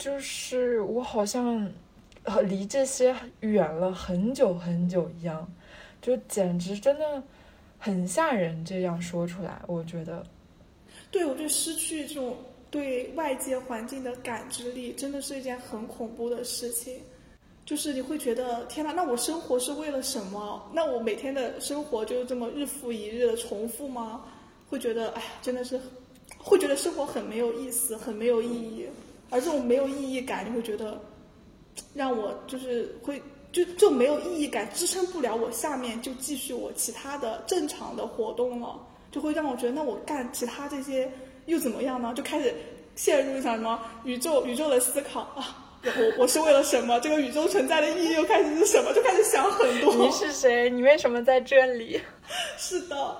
就是我好像呃离这些远了很久很久一样，就简直真的很吓人。这样说出来，我觉得， 对，我觉得失去这种对外界环境的感知力，真的是一件很恐怖的事情。就是你会觉得天哪，那我生活是为了什么？那我每天的生活就是这么日复一日的重复吗？会觉得哎呀，真的是会觉得生活很没有意思，很没有意义。而这种没有意义感，你会觉得让我就是会就就没有意义感，支撑不了我下面就继续我其他的正常的活动了，就会让我觉得那我干其他这些又怎么样呢？就开始陷入一场什么宇宙宇宙的思考啊。我我是为了什么？这个宇宙存在的意义又开始是什么？就开始想很多。 你是谁？你为什么在这里？ 是的，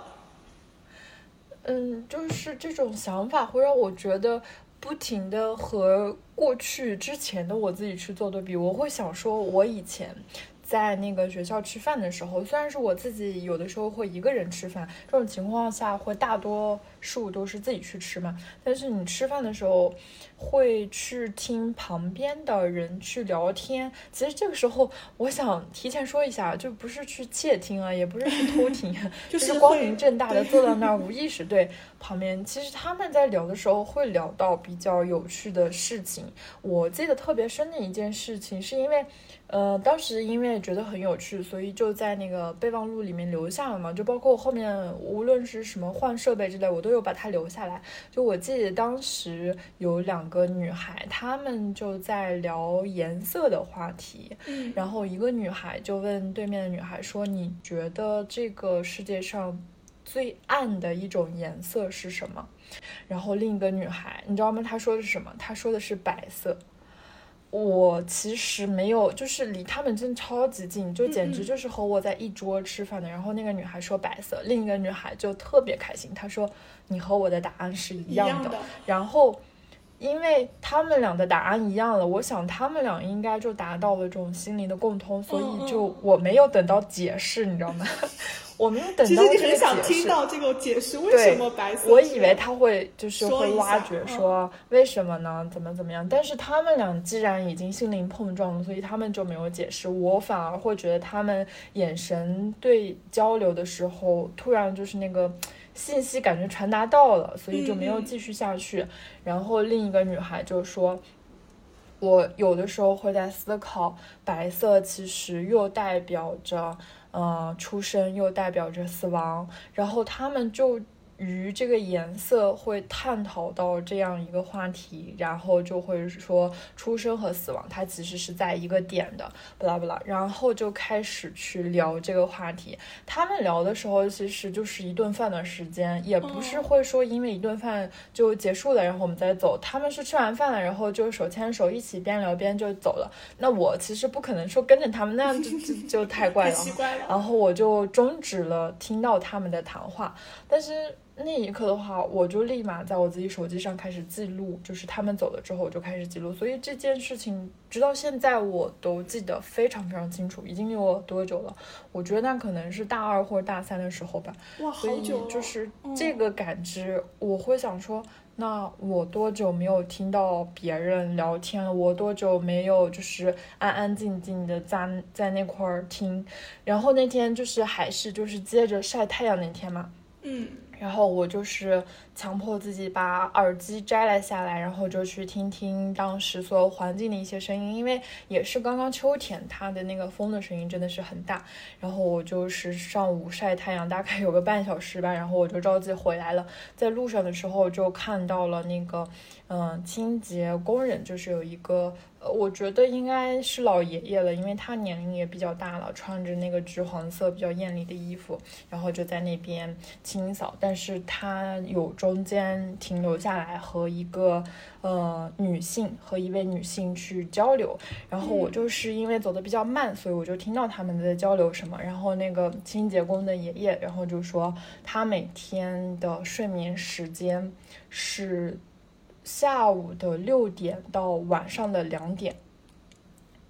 嗯，就是这种想法会让我觉得不停的和过去之前的我自己去做对比。我会想说，我以前在那个学校吃饭的时候，虽然是我自己有的时候会一个人吃饭，这种情况下会大多数都是自己去吃嘛，但是你吃饭的时候会去听旁边的人去聊天。其实这个时候我想提前说一下，就不是去窃听啊，也不是去偷听就是光明正大的坐在那儿无意识对旁边，其实他们在聊的时候会聊到比较有趣的事情。我记得特别深的一件事情是因为呃，当时因为觉得很有趣，所以就在那个备忘录里面留下了嘛，就包括后面无论是什么换设备之类，我都有把它留下来。就我记得当时有两个女孩，她们就在聊颜色的话题， 嗯， 然后一个女孩就问对面的女孩说：“你觉得这个世界上最暗的一种颜色是什么？”然后另一个女孩，你知道吗？她说的是什么？她说的是白色。我其实没有，就是离他们真的超级近，就简直就是和我在一桌吃饭的。然后那个女孩说白色，另一个女孩就特别开心，她说你和我的答案是一样的。 一样的然后因为他们俩的答案一样了，我想他们俩应该就达到了这种心灵的共通，所以就我没有等到解释，你知道吗？我没有等到这个解释。 其实你很想听到这个解释，为什么白色？ 我以为他会就是会挖掘说说为什么呢？怎么怎么样？但是他们俩既然已经心灵碰撞了，所以他们就没有解释。我反而会觉得他们眼神对交流的时候，突然就是那个信息感觉传达到了，所以就没有继续下去。嗯、然后另一个女孩就说，我有的时候会在思考，白色其实又代表着呃出生，又代表着死亡，然后他们就于这个颜色会探讨到这样一个话题，然后就会说出生和死亡它其实是在一个点的，不啦不啦，然后就开始去聊这个话题。他们聊的时候其实就是一顿饭的时间，也不是会说因为一顿饭就结束了然后我们再走，他们是吃完饭了然后就手牵手一起边聊边就走了。那我其实不可能说跟着他们，那样就就就太怪了太奇怪了。 然后我就终止了听到他们的谈话，但是那一刻的话，我就立马在我自己手机上开始记录，就是他们走了之后我就开始记录，所以这件事情直到现在我都记得非常非常清楚。已经有多久了？我觉得那可能是大二或者大三的时候吧。 哇，好久了。 所以就是这个感知、嗯、我会想说，那我多久没有听到别人聊天了？我多久没有就是安安静静的在在那块儿听？然后那天就是还是就是接着晒太阳那天嘛， 嗯， 然后我就是强迫自己把耳机摘了下来，然后就去听听当时所有环境的一些声音，因为也是刚刚秋天，它的那个风的声音真的是很大。然后我就是上午晒太阳大概有个半小时吧，然后我就着急回来了，在路上的时候就看到了那个嗯清洁工人，就是有一个呃我觉得应该是老爷爷了，因为他年龄也比较大了，穿着那个橘黄色比较艳丽的衣服，然后就在那边清扫，但是他有中间停留下来和一个呃女性和一位女性去交流，然后我就是因为走得比较慢，所以我就听到他们在交流什么。然后那个清洁工的爷爷然后就说他每天的睡眠时间是下午的六点到晚上的两点，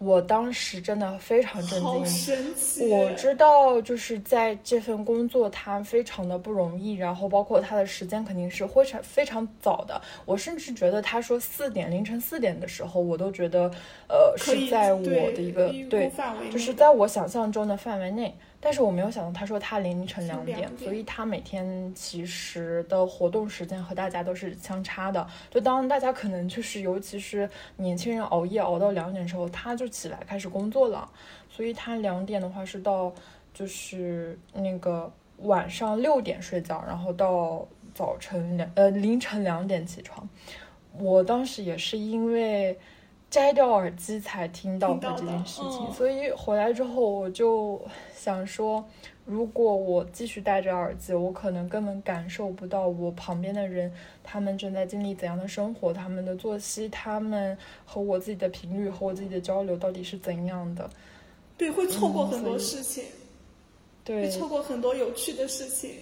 我当时真的非常震惊， 好神奇！ 我知道，就是在这份工作，它非常的不容易，然后包括它的时间肯定是非常非常早的。我甚至觉得他说四点凌晨四点的时候，我都觉得，呃，是在我的一个对，就是在我想象中的范围内。但是我没有想到，他说他凌晨两点，所以他每天其实的活动时间和大家都是相差的。就当大家可能就是，尤其是年轻人熬夜熬到两点的时候，他就起来开始工作了。所以他两点的话是到就是那个晚上六点睡觉，然后到早晨两呃凌晨两点起床。我当时也是因为摘掉耳机才听到的这件事情， 嗯、 所以回来之后我就想说，如果我继续戴着耳机，我可能根本感受不到我旁边的人他们正在经历怎样的生活，他们的作息，他们和我自己的频率和我自己的交流到底是怎样的。 对，会错过很多事情、嗯、 对， 会错过很多有趣的事情。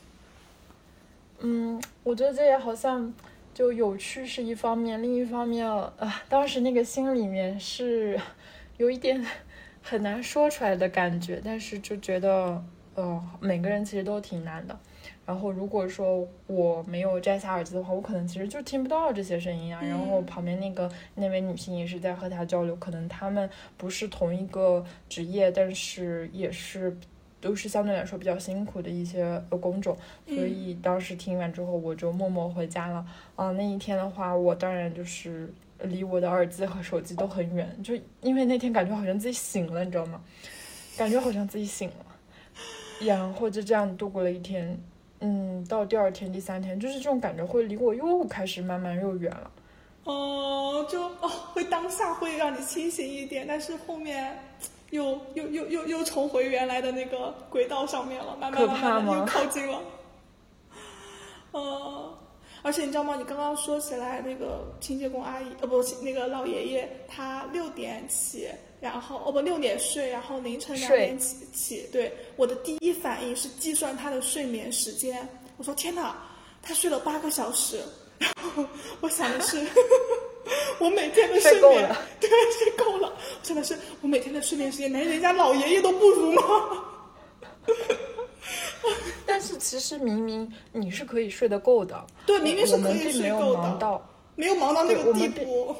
嗯，我觉得这也好像就有趣是一方面，另一方面啊、呃，当时那个心里面是有一点很难说出来的感觉，但是就觉得呃每个人其实都挺难的。然后如果说我没有摘下耳机的话，我可能其实就听不到这些声音啊。然后旁边那个那位女性也是在和他交流，可能他们不是同一个职业，但是也是都是相对来说比较辛苦的一些工种。所以当时听完之后，我就默默回家了。啊，那一天的话，我当然就是离我的耳机和手机都很远，就因为那天感觉好像自己醒了，你知道吗？感觉好像自己醒了，然后就这样度过了一天。嗯，到第二天、第三天，就是这种感觉会离我又开始慢慢又远了。 哦，就哦，会当下会让你清醒一点，但是后面又又又又又重回原来的那个轨道上面了，慢慢慢慢又靠近了。呃，而且你知道吗？你刚刚说起来那个清洁工阿姨，呃不，那个老爷爷，他六点起。然后哦不六点睡，然后凌晨两点起起。对，我的第一反应是计算他的睡眠时间。我说天哪，他睡了八个小时。然后我想的是，我每天的睡眠对睡够了。我想的是，我每天的睡眠时间连人家老爷爷都不如吗？ 但是其实明明你是可以睡得够的。 对，明明是可以睡够的， 没有忙到， 没有忙到那个地步。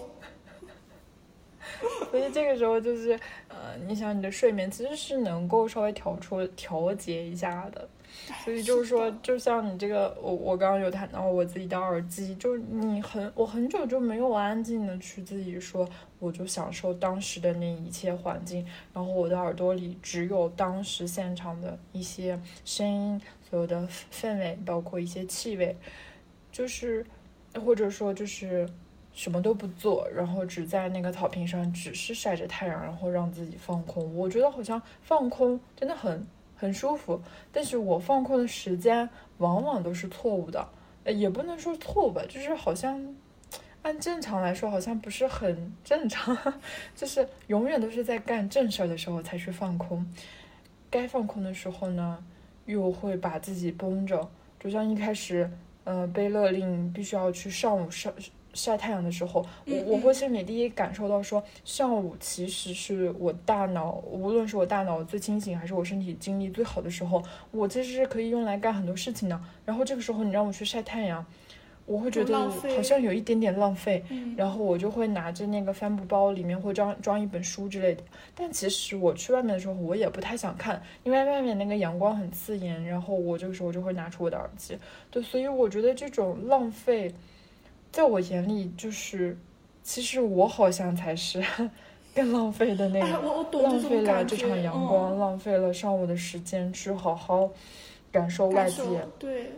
所以这个时候就是，呃，你想你的睡眠其实是能够稍微调出调节一下的，所以就是说，就像你这个，我我刚刚有谈到我自己的耳机，就你很我很久就没有安静的去自己说，我就享受当时的那一切环境，然后我的耳朵里只有当时现场的一些声音，所有的氛围，包括一些气味，就是或者说就是什么都不做，然后只在那个草坪上只是晒着太阳，然后让自己放空。我觉得好像放空真的很很舒服，但是我放空的时间往往都是错误的，也不能说错误吧，就是好像按正常来说好像不是很正常，就是永远都是在干正事儿的时候才去放空，该放空的时候呢又会把自己绷着，就像一开始呃被勒令必须要去上午上晒太阳的时候，我我会心里第一感受到说，上午其实是我大脑，无论是我大脑最清醒，还是我身体精力最好的时候，我其实是可以用来干很多事情的。然后这个时候你让我去晒太阳，我会觉得好像有一点点浪费，然后我就会拿着那个帆布包，里面会装装一本书之类的。但其实我去外面的时候，我也不太想看，因为外面那个阳光很刺眼，然后我这个时候就会拿出我的耳机。对，所以我觉得这种浪费在我眼里就是，其实我好像才是更浪费的那个、 哎、我我懂浪费了这场阳光、 嗯、 浪费了上午的时间去好好感受外界。 对，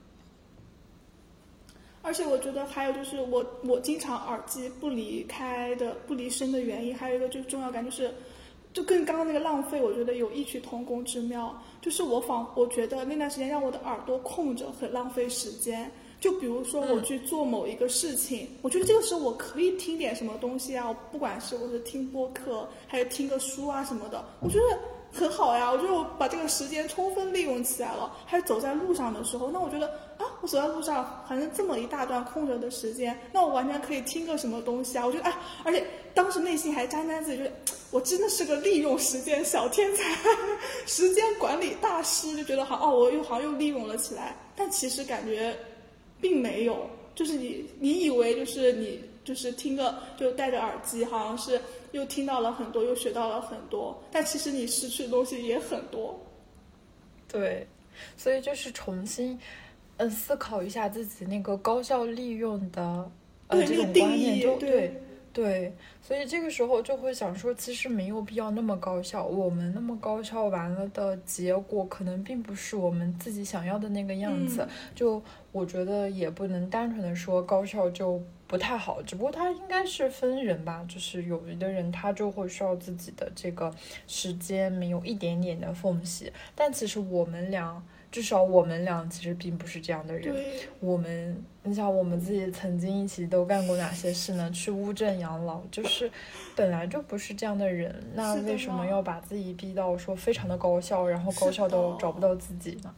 而且我觉得还有就是我我经常耳机不离开的不离身的原因，还有一个就是重要感，就是就跟刚刚那个浪费我觉得有异曲同工之妙，就是我仿我觉得那段时间让我的耳朵空着很浪费时间。就比如说我去做某一个事情、嗯、我觉得这个时候我可以听点什么东西啊，不管是我是听播客还是听个书啊什么的，我觉得很好呀，我觉得我把这个时间充分利用起来了。还有走在路上的时候，那我觉得啊， 我走在路上反正这么一大段空着的时间，那我完全可以听个什么东西啊？我觉得哎，而且当时内心还沾沾自喜，觉得我真的是个利用时间小天才，时间管理大师，就觉得好哦，我又好像又利用了起来。但其实感觉并没有，就是你你以为就是你就是听个就戴着耳機，好像是又听到了很多，又学到了很多，但其实你失去的东西也很多。 对，所以就是重新嗯思考一下自己那个高效利用的呃这种观念，就对对，所以这个时候就会想说，其实没有必要那么高效，我们那么高效完了的结果可能并不是我们自己想要的那个样子， 嗯、 就我觉得也不能单纯的说高效就不太好，只不过它应该是分人吧，就是有的人他就会需要自己的这个时间没有一点点的缝隙，但其实我们俩至少我们俩其实并不是这样的人。我们你想我们自己曾经一起都干过哪些事呢？去乌镇养老，就是本来就不是这样的人，那为什么要把自己逼到说非常的高效，然后高效到找不到自己呢？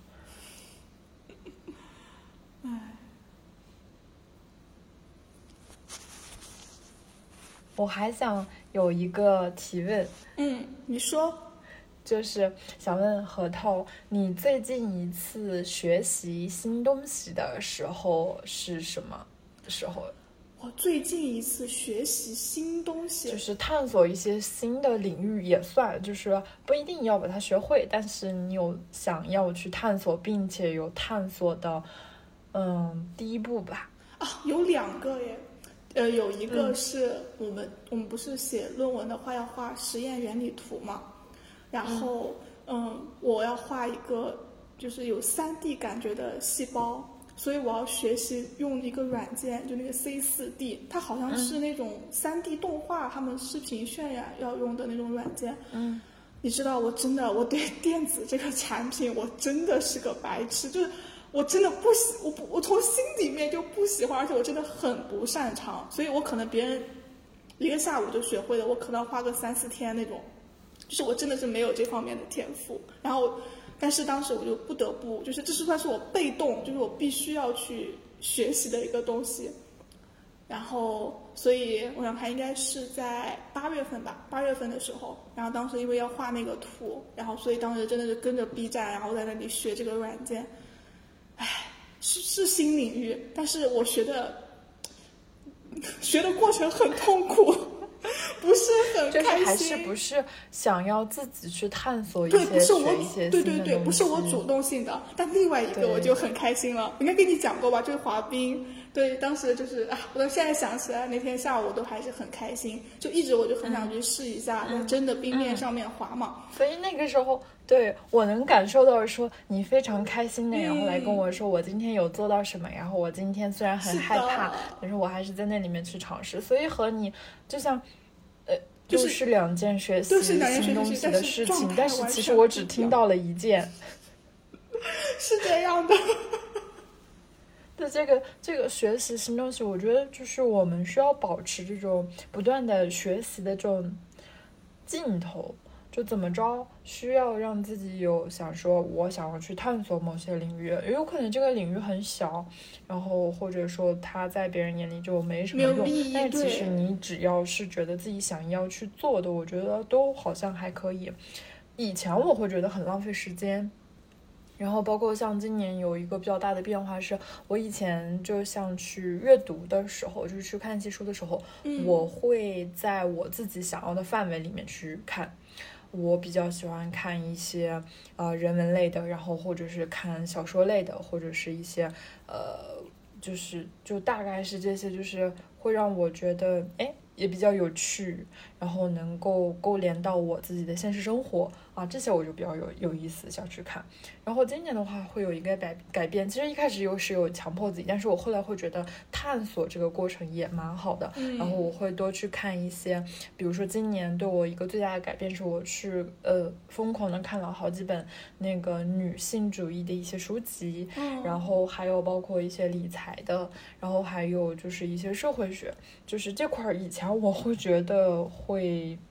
我还想有一个提问。 嗯，你说。 就是想问核桃，你最近一次学习新东西的时候是什么时候？ 我最近一次学习新东西， 就是探索一些新的领域也算，就是不一定要把它学会，但是你有想要去探索，并且有探索的，嗯，第一步吧。 啊，有两个耶，呃，有一个是我们、嗯、我们不是写论文的话要画实验原理图嘛。然后，嗯，我要画一个就是有 三 D 感觉的细胞，所以我要学习用一个软件，就那个 C 四 D， 它好像是那种 三 D 动画，他们视频渲染要用的那种软件。 嗯， 你知道，我真的我对电子这个产品，我真的是个白痴，就是我真的不喜，我不，我从心里面就不喜欢，而且我真的很不擅长，所以我可能别人一个下午就学会了，我可能要花个三四天那种。就是我真的是没有这方面的天赋，然后，但是当时我就不得不，就是这是算是我被动，就是我必须要去学习的一个东西。然后，所以我想看应该是在八月份吧，八月份的时候，然后当时因为要画那个图，然后所以当时真的是跟着 B 站，然后在那里学这个软件。唉，是是新领域，但是我学的学的过程很痛苦。不是很开心， 就是还是不是想要自己去探索一些， 对，不是我， 学一些对对对，不是我主动性的。但另外一个我就很开心了，应该跟你讲过吧？就是滑冰，对，当时就是啊，我到现在想起来，那天下午都还是很开心，就一直我就很想去试一下，在、嗯、真的冰面上面滑嘛。 嗯、所以那个时候，对我能感受到说你非常开心的，嗯、然后来跟我说我今天有做到什么，然后我今天虽然很害怕，但是我还是在那里面去尝试。所以和你就像。呃，就是两件学习新东西的事情，但是其实我只听到了一件， 是这样的。 对，这个这个学习新东西，我觉得就是我们需要保持这种不断的学习的这种劲头。就怎么着需要让自己有想说我想要去探索某些领域，也有可能这个领域很小，然后或者说它在别人眼里就没什么用，但其实你只要是觉得自己想要去做的，我觉得都好像还可以。以前我会觉得很浪费时间，然后包括像今年有一个比较大的变化是，我以前就像去阅读的时候，就是去看一些书的时候、嗯、我会在我自己想要的范围里面去看。我比较喜欢看一些呃人文类的，然后或者是看小说类的，或者是一些呃就是就大概是这些，就是会让我觉得哎也比较有趣，然后能够勾连到我自己的现实生活啊，这些我就比较有有意思想去看。然后今年的话会有一个改改变，其实一开始又是有强迫自己，但是我后来会觉得探索这个过程也蛮好的、嗯、然后我会多去看一些，比如说今年对我一个最大的改变是我去呃疯狂的看了好几本那个女性主义的一些书籍、嗯、然后还有包括一些理财的，然后还有就是一些社会学，就是这块以前我会觉得会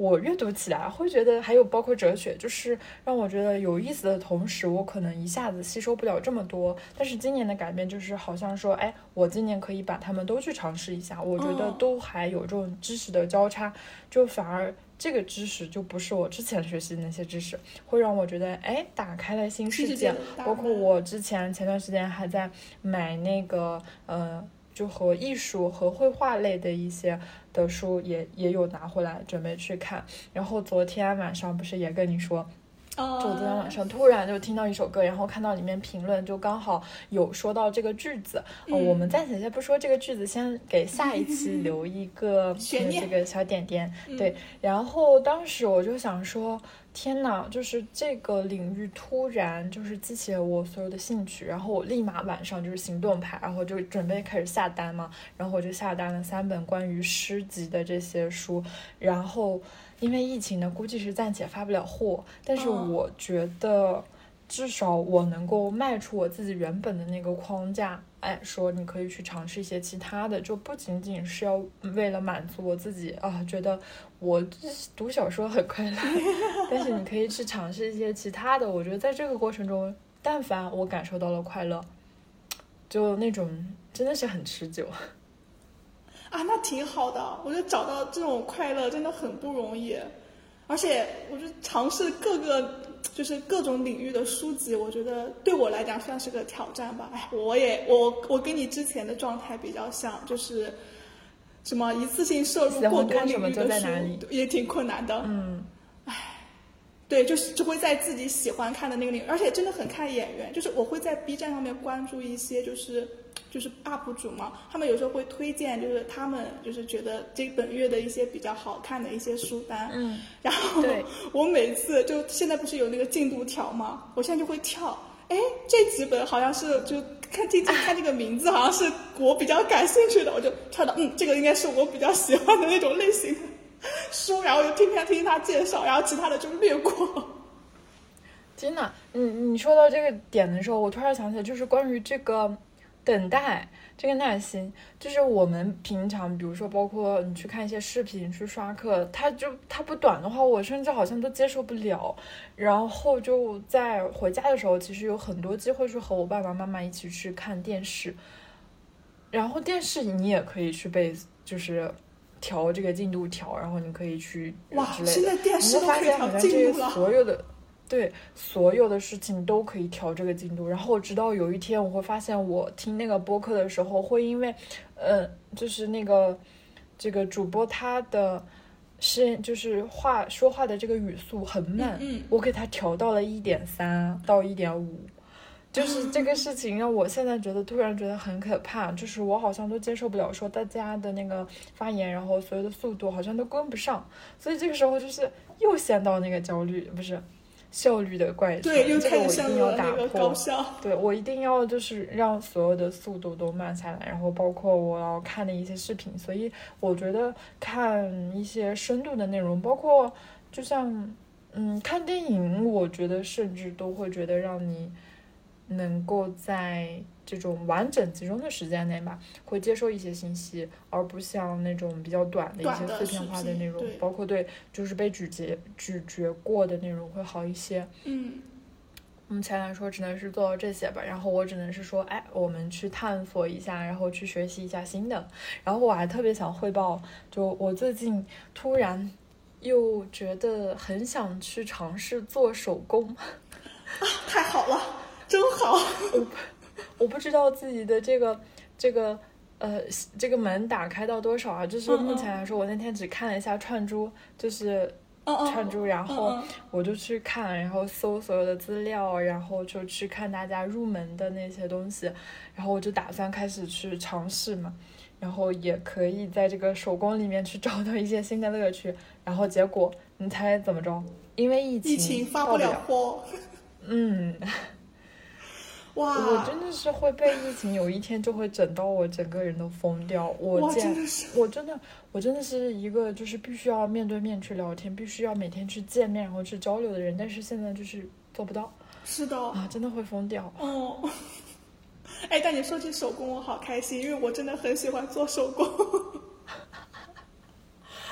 我阅读起来会觉得，还有包括哲学，就是让我觉得有意思的同时，我可能一下子吸收不了这么多。但是今年的改变就是好像说，哎，我今年可以把它们都去尝试一下，我觉得都还有这种知识的交叉，就反而这个知识就不是我之前学习的那些知识，会让我觉得哎，打开了新世界。包括我之前前段时间还在买那个呃，就和艺术和绘画类的一些的书也也有拿回来准备去看。然后昨天晚上不是也跟你说。就我昨天晚上突然就听到一首歌，然后看到里面评论，就刚好有说到这个句子。嗯呃、我们暂且先不说这个句子，先给下一期留一个悬念、 嗯、这个小点点。 嗯、 对，然后当时我就想说，天哪，就是这个领域突然就是激起了我所有的兴趣，然后我立马晚上就是行动派，然后就准备开始下单嘛，然后我就下单了三本关于诗集的这些书，然后。因为疫情呢，估计是暂且发不了货，但是我觉得至少我能够迈出我自己原本的那个框架，哎，说你可以去尝试一些其他的，就不仅仅是要为了满足我自己啊，觉得我读小说很快乐，但是你可以去尝试一些其他的。我觉得在这个过程中，但凡我感受到了快乐，就那种真的是很持久。 啊，那挺好的，我觉得找到这种快乐真的很不容易，而且我觉得尝试各个就是各种领域的书籍，我觉得对我来讲算是个挑战吧。哎，我也我我跟你之前的状态比较像，就是什么一次性摄入过多领域的书也挺困难的。 嗯， 哎，对，就是就会在自己喜欢看的那个领域，而且真的很看眼缘，就是我会在 B 站上面关注一些就是。就是 U P 主嘛，他们有时候会推荐，就是他们就是觉得这本月的一些比较好看的一些书单， 嗯， 然后对我每次就现在不是有那个进度条嘛，我现在就会跳，哎，这几本好像是就看听听看这个名字，好像是我比较感兴趣的，我就跳到嗯，这个应该是我比较喜欢的那种类型的书，然后就听他听他介绍，然后其他的就略过。 真的，你你说到这个点的时候，我突然想起来，就是关于这个。等待这个耐心，就是我们平常比如说包括你去看一些视频去刷课，它就它不短的话我甚至好像都接受不了，然后就在回家的时候其实有很多机会去和我爸爸妈妈一起去看电视，然后电视你也可以去被就是调这个进度条，然后你可以去哇之类的， 现在电视都可以调进度了， 所有的对，所有的事情都可以调这个进度。然后直到有一天我会发现，我听那个播客的时候会因为呃就是那个这个主播他的是就是话说话的这个语速很慢， 嗯嗯我给他调到了一点三到一点五，就是这个事情让我现在觉得突然觉得很可怕，就是我好像都接受不了说大家的那个发言，然后所有的速度好像都跟不上，所以这个时候就是又陷到那个焦虑不是效率的怪圈， 对，又这个我一定要打破。 高效对，我一定要就是让所有的速度都慢下来，然后包括我要看的一些视频，所以我觉得看一些深度的内容，包括就像嗯看电影，我觉得甚至都会觉得让你能够在这种完整集中的时间内吧，会接受一些信息，而不像那种比较短的一些碎片化的内容，包括对就是被咀嚼咀嚼过的内容会好一些。 嗯， 目前来说只能是做到这些吧，然后我只能是说，哎，我们去探索一下，然后去学习一下新的。然后我还特别想汇报，就我最近突然又觉得很想去尝试做手工， 啊，太好了，真好。 我我不知道自己的这个这个呃这个门打开到多少啊，就是目前来说，我那天只看了一下串珠，就是串珠，然后我就去看，然后搜所有的资料，然后就去看大家入门的那些东西，然后我就打算开始去尝试嘛，然后也可以在这个手工里面去找到一些新的乐趣。然后结果你猜怎么着？因为疫情疫情发不了货。 嗯。 哇！ 我真的是会被疫情有一天就会整到我整个人都疯掉。我真的是， 我真的，我真的是一个就是必须要面对面去聊天，必须要每天去见面，然后去交流的人。但是现在就是做不到。 是的啊，真的会疯掉。 哦，哎，但你说起手工，我好开心，因为我真的很喜欢做手工。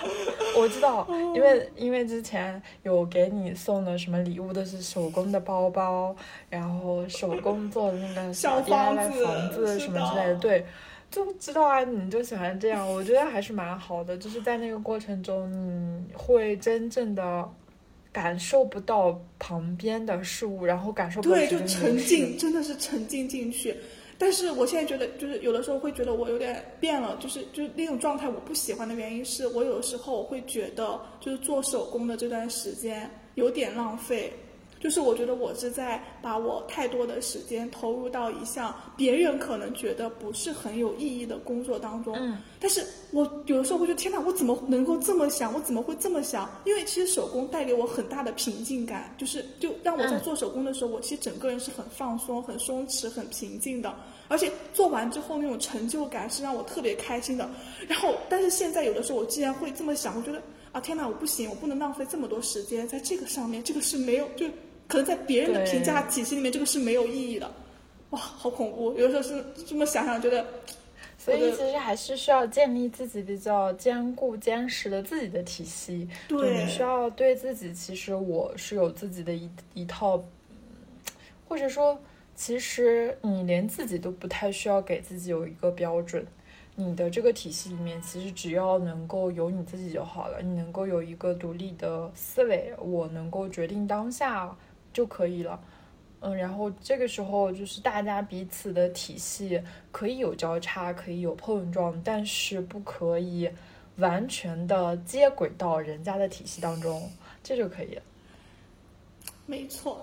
我知道，因为因为之前有给你送的什么礼物都是手工的包包，然后手工做的那个小 D I Y 房子房子什么之类的，对，就知道啊，你就喜欢这样，我觉得还是蛮好的，就是在那个过程中，你会真正的感受不到旁边的事物，然后感受不到对，就时间的沉流逝浸，真的是沉浸进去。但是我现在觉得，就是有的时候会觉得我有点变了，就是就是那种状态我不喜欢的原因是我有的时候我会觉得，就是做手工的这段时间有点浪费。就是我觉得我是在把我太多的时间投入到一项别人可能觉得不是很有意义的工作当中， 嗯， 但是我有的时候会觉得天哪，我怎么能够这么想？我怎么会这么想？因为其实手工带给我很大的平静感，就是就让我在做手工的时候，我其实整个人是很放松、很松弛、很平静的，而且做完之后那种成就感是让我特别开心的。然后，但是现在有的时候我既然会这么想，我觉得啊天哪，我不行，我不能浪费这么多时间在这个上面，这个是没有就。可能在别人的评价体系里面，这个是没有意义的，哇，好恐怖！有的时候是这么想想，觉得， 所以其实还是需要建立自己比较坚固、坚实的自己的体系。 对， 你需要对自己，其实我是有自己的一一套，或者说，其实你连自己都不太需要给自己有一个标准。你的这个体系里面，其实只要能够有你自己就好了，你能够有一个独立的思维，我能够决定当下就可以了。嗯，然后这个时候就是大家彼此的体系可以有交叉，可以有碰撞，但是不可以完全的接轨到人家的体系当中，这就可以了。 没错。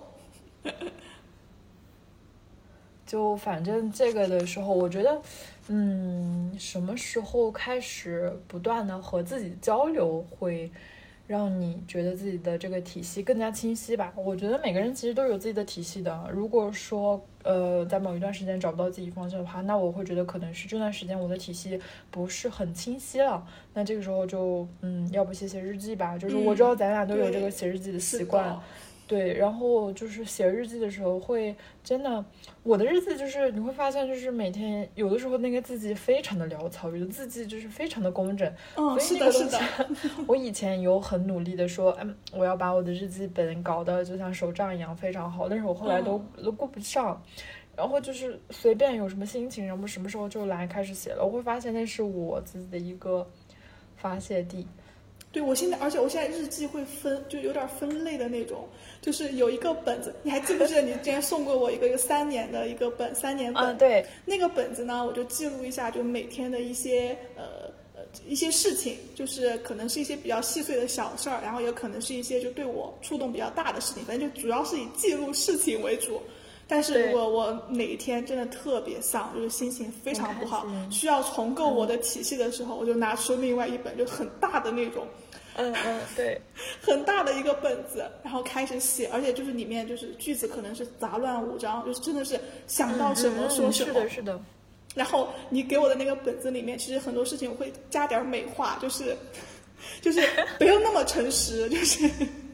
就反正这个的时候，我觉得，嗯，什么时候开始不断的和自己交流会让你觉得自己的这个体系更加清晰吧。我觉得每个人其实都有自己的体系的。如果说呃在某一段时间找不到自己方向的话，那我会觉得可能是这段时间我的体系不是很清晰了。那这个时候就嗯，要不写写日记吧。就是我知道咱俩都有这个写日记的习惯。嗯对，然后就是写日记的时候会真的，我的日记就是你会发现，就是每天有的时候那个字迹非常的潦草，有的字迹就是非常的工整。 嗯， 所以那个东西， 是的，是的。 我以前有很努力的说，嗯，我要把我的日记本搞得就像手账一样非常好，但是我后来都、嗯、都顾不上。然后就是随便有什么心情，然后什么时候就来开始写了，我会发现那是我自己的一个发泄地。 对，我现在，而且我现在日记会分，就有点分类的那种，就是有一个本子，你还记不记得你之前送过我一个一个三年的一个本，三年本？ 嗯，对。 那个本子呢，我就记录一下，就每天的一些呃呃一些事情，就是可能是一些比较细碎的小事儿，然后也可能是一些就对我触动比较大的事情，反正就主要是以记录事情为主。但是如果我哪一天真的特别丧，就是心情非常不好，需要重构我的体系的时候，嗯、我就拿出另外一本就很大的那种， 嗯嗯，对， 很大的一个本子，然后开始写，而且就是里面就是句子可能是杂乱无章，就是真的是想到什么说什么。 嗯嗯嗯、是的，是的。 然后你给我的那个本子里面，其实很多事情我会加点美化，就是就是不用那么诚实，就是。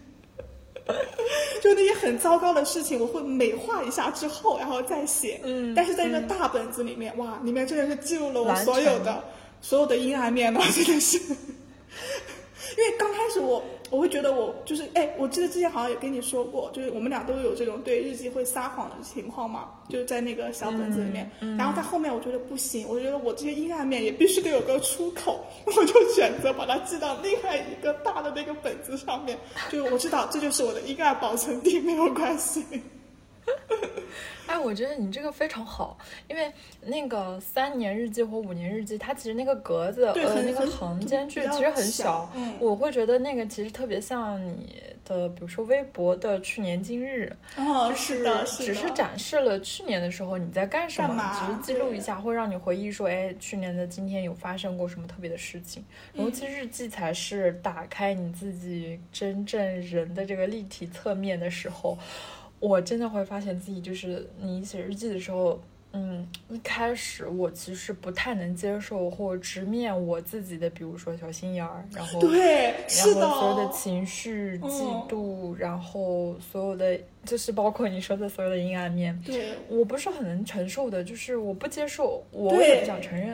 就那些很糟糕的事情，我会美化一下之后，然后再写。嗯，但是在那个大本子里面，嗯、哇，里面真的是记录了我所有的所有的阴暗面呢，真的是。因为刚开始我我会觉得我就是哎，我记得之前好像也跟你说过，就是我们俩都有这种对日记会撒谎的情况嘛，就是在那个小本子里面。嗯嗯、然后在后面我觉得不行，我觉得我这些阴暗面也必须得有个出口，我就选择把它记到另外一个大的那个本子上面。就是我知道这就是我的阴暗保存地，没有关系。 哎，我觉得你这个非常好，因为那个三年日记或五年日记，它其实那个格子呃那个横间距其实很小， 嗯、 我会觉得那个其实特别像你的，比如说微博的去年今日， 哦、 就是只是展示了去年的时候你在干什么， 干嘛只是记录一下，会让你回忆说，哎，去年的今天有发生过什么特别的事情。然后其实日记才是打开你自己真正人的这个立体侧面的时候。我真的会发现自己就是你写日记的时候，嗯，一开始我其实不太能接受或直面我自己的，比如说小心眼儿，然后对，是的， 然后所有的情绪、嫉妒，嗯、然后所有的就是包括你说的所有的阴暗面， 对， 我不是很能承受的，就是我不接受，我也不想承认。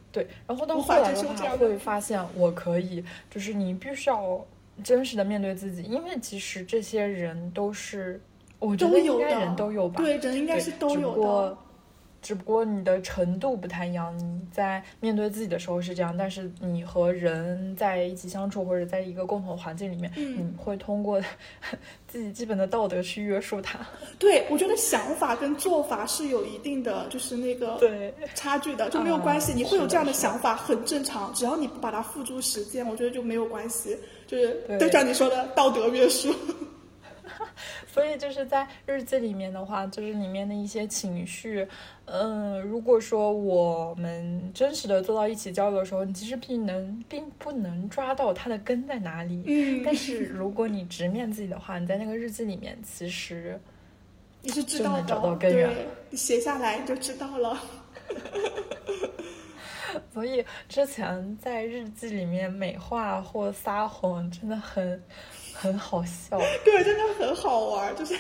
对，然后到后来的话会发现我可以，就是你必须要真实的面对自己，因为其实这些人都是，我觉得应该人都有吧， 对，人应该是都有的。 只不过你的程度不太一样，你在面对自己的时候是这样，但是你和人在一起相处或者在一个共同环境里面， 嗯、 你会通过自己基本的道德去约束它。 对，我觉得想法跟做法是有一定的就是那个差距的，就没有关系、啊、你会有这样的想法很正常，只要你不把它付诸实践，我觉得就没有关系，就是就像你说的道德约束。 所以就是在日记里面的话，就是里面的一些情绪，嗯，如果说我们真实的坐到一起交流的时候，你其实并能并不能抓到它的根在哪里。 嗯， 但是如果你直面自己的话，你在那个日记里面其实你是知道的， 找到根源， 你写下来你就知道了。 所以之前在日记里面美化或撒谎真的很很好笑。 对，真的很好玩，就是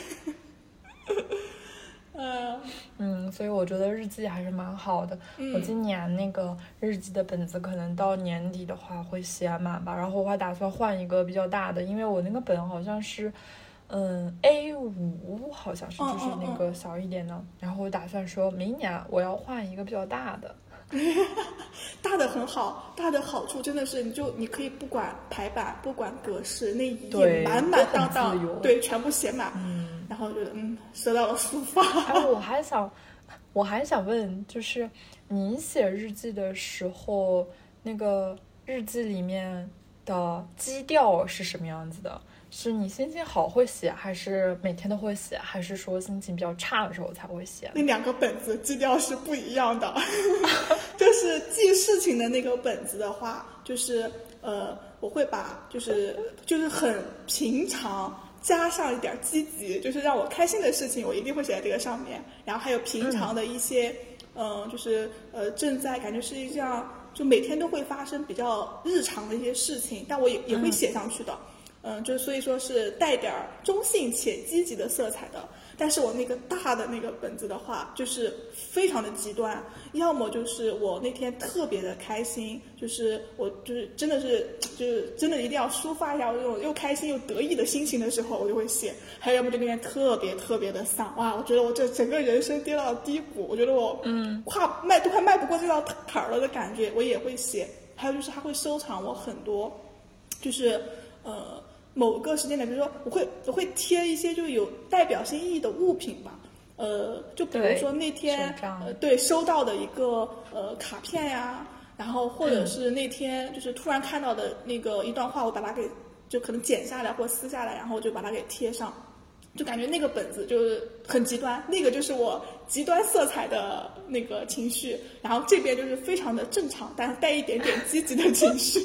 嗯嗯，所以我觉得日记还是蛮好的、嗯、我今年那个日记的本子可能到年底的话会写满吧，然后我还打算换一个比较大的，因为我那个本好像是嗯 A 五 好像是就是那个小一点的、嗯嗯嗯、然后我打算说明年我要换一个比较大的。 大的很好，大的好处真的是你就你可以不管排版不管格式，那一页满满当当，对，全部写满、嗯、然后就嗯收到了抒发。 哎，我还想我还想问，就是你写日记的时候，那个日记里面的基调是什么样子的？是你心情好会写，还是每天都会写，还是说心情比较差的时候才会写？ 那两个本子基调是不一样的。就是记事情的那个本子的话，就是呃，我会把就是就是很平常加上一点积极，就是让我开心的事情，我一定会写在这个上面。然后还有平常的一些，嗯、呃，就是呃正在感觉是一样，就每天都会发生比较日常的一些事情，但我也也会写上去的。嗯，就所以说是带点中性且积极的色彩的。但是我那个大的那个本子的话，就是非常的极端，要么就是我那天特别的开心，就是我就是真的是就是真的一定要抒发一下我这种又开心又得意的心情的时候，我就会写。还有要么就那天特别特别的丧，哇，我觉得我这整个人生跌到了低谷，我觉得我嗯跨迈都快迈不过这道坎儿了的感觉，我也会写。还有就是他会收藏我很多，就是呃。某个时间点，比如说我会我会贴一些就有代表性意义的物品吧，呃，就比如说那天呃对收到的一个呃卡片呀，然后或者是那天就是突然看到的那个一段话，我把它给就可能剪下来或撕下来，然后就把它给贴上，就感觉那个本子就是很极端，那个就是我极端色彩的那个情绪，然后这边就是非常的正常，但带一点点积极的情绪。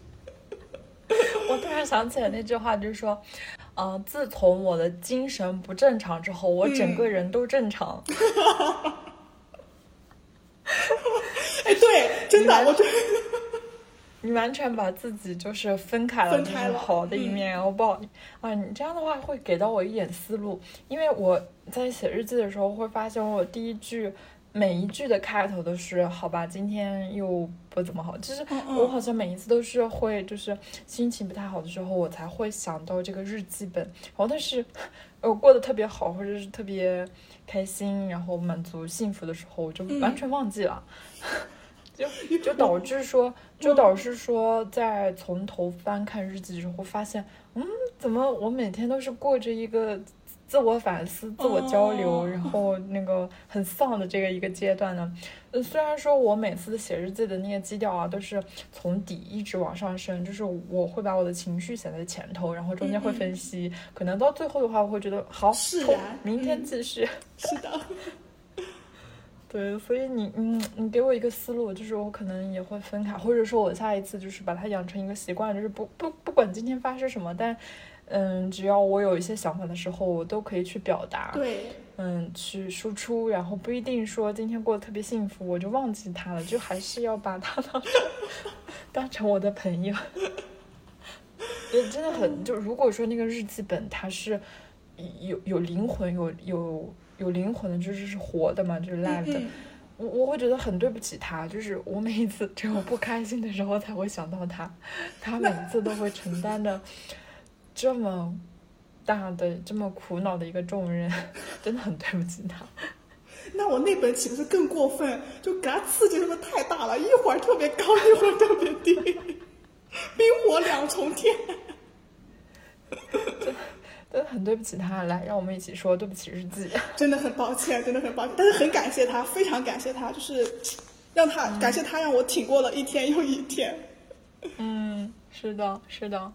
我突然想起来那句话，就是说，呃，自从我的精神不正常之后，我整个人都正常。 嗯、哎，对，真的，我觉得你完全把自己就是分开了，就是好的一面，然后不好啊，你这样的话会给到我一点思路，因为我在写日记的时候会发现，我第一句。每一句的开头都是好吧，今天又不怎么好，就是我好像每一次都是会就是心情不太好的时候我才会想到这个日记本，然后但是我过得特别好或者是特别开心然后满足幸福的时候我就完全忘记了、嗯、就就导致说就导致说在从头翻看日记的时候发现嗯怎么我每天都是过着一个自我反思自我交流、oh. 然后那个很丧的这个一个阶段呢，呃，虽然说我每次写日记的那个基调啊都是从底一直往上升，就是我会把我的情绪写在前头，然后中间会分析、嗯、可能到最后的话我会觉得好是啊， 明天继续、嗯、 是的对，所以你嗯你给我一个思路，就是我可能也会分开，或者说我下一次就是把它养成一个习惯，就是不不不管今天发生什么，但嗯，只要我有一些想法的时候，我都可以去表达， 对， 嗯，去输出，然后不一定说今天过得特别幸福，我就忘记他了，就还是要把他当成当成我的朋友。对，真的很，就如果说那个日记本它是有有灵魂，有有有灵魂的，就是是活的嘛，就是 live 的。 嗯我我会觉得很对不起他，就是我每一次只有不开心的时候才会想到他，他每一次都会承担着这么大的这么苦恼的一个重任，真的很对不起他。 那我那本岂不是更过分？就给他刺激是不是太大了？一会儿特别高，一会儿特别低，冰火两重天。 真的很对不起他，来，让我们一起说对不起日记。 真的很抱歉，真的很抱歉，但是很感谢他，非常感谢他，就是让他、嗯、感谢他让我挺过了一天又一天。 嗯，是的，是的。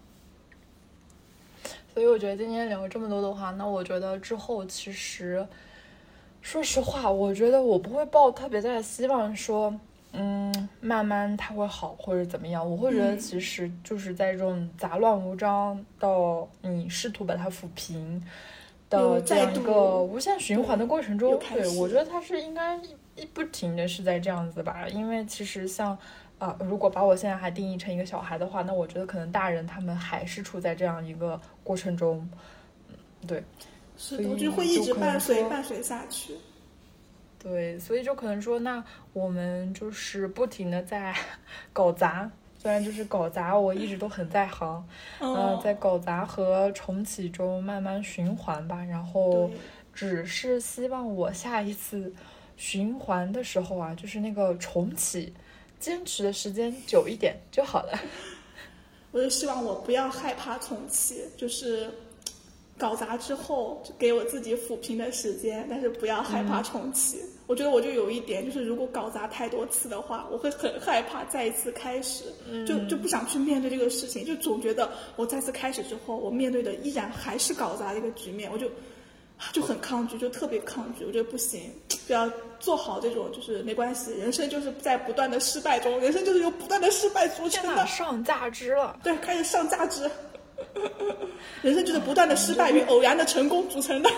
所以我觉得今天聊这么多的话，那我觉得之后其实，说实话，我觉得我不会抱特别大的希望说。嗯，慢慢它会好或者怎么样，我会觉得其实就是在这种杂乱无章到你试图把它抚平的这样一个无限循环的过程中，对，我觉得它是应该一不停的是在这样子吧。因为其实像啊、呃，如果把我现在还定义成一个小孩的话，那我觉得可能大人他们还是处在这样一个过程中，嗯，对， 是的，就会一直伴随伴随下去。 对，所以就可能说，那我们就是不停的在搞砸，虽然就是搞砸，我一直都很在行，嗯、呃，在搞砸和重启中慢慢循环吧。然后只是希望我下一次循环的时候啊，就是那个重启，坚持的时间久一点就好了。 我就希望我不要害怕重启，就是搞砸之后给我自己抚平的时间，但是不要害怕重启。嗯、我觉得我就有一点，就是如果搞砸太多次的话，我会很害怕再一次开始，嗯、就就不想去面对这个事情，就总觉得我再次开始之后，我面对的依然还是搞砸的一个局面，我就就很抗拒，就特别抗拒。我觉得不行，就要做好这种，就是没关系，人生就是在不断的失败中，人生就是由不断的失败组成的。 上价值了， 对，开始上价值。人生就是不断的失败与偶然的成功组成的。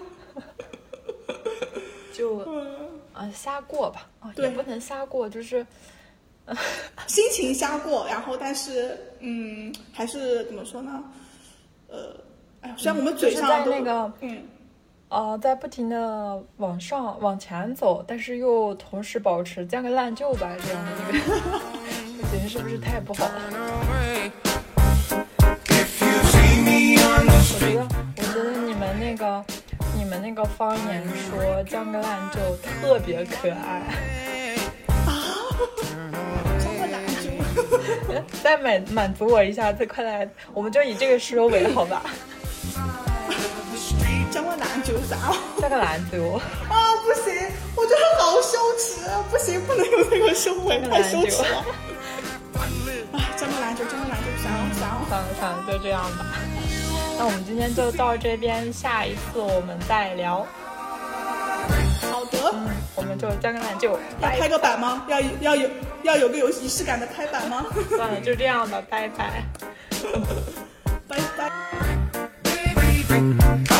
就呃瞎过吧，啊、也不能瞎过，就是心情瞎过，然后但是嗯，还是怎么说呢？呃，哎呀，虽然我们嘴上都、 就是、在那个嗯。呃，在不停的往上往前走，但是又同时保持将个烂就吧这样的一个，这简直是不是太不好了？我觉得，我觉得你们那个，你们那个方言说将个烂就特别可爱啊！将个烂就， 再满满足我一下，再快来，我们就以这个收尾，好吧？ 将个篮球啥？ 将个篮球啊！不行，我觉得好羞耻，不行，不能有这个收尾，太羞耻了。啊！将个篮球，将个篮球，啥啥？ 算了算了，就这样吧。那我们今天就到这边，下一次我们再聊。 好的， 嗯，我们就将个篮球。 要拍个板吗？要要有要有个有仪式感的拍板吗？ 算了，就这样吧，拜拜。 拜拜。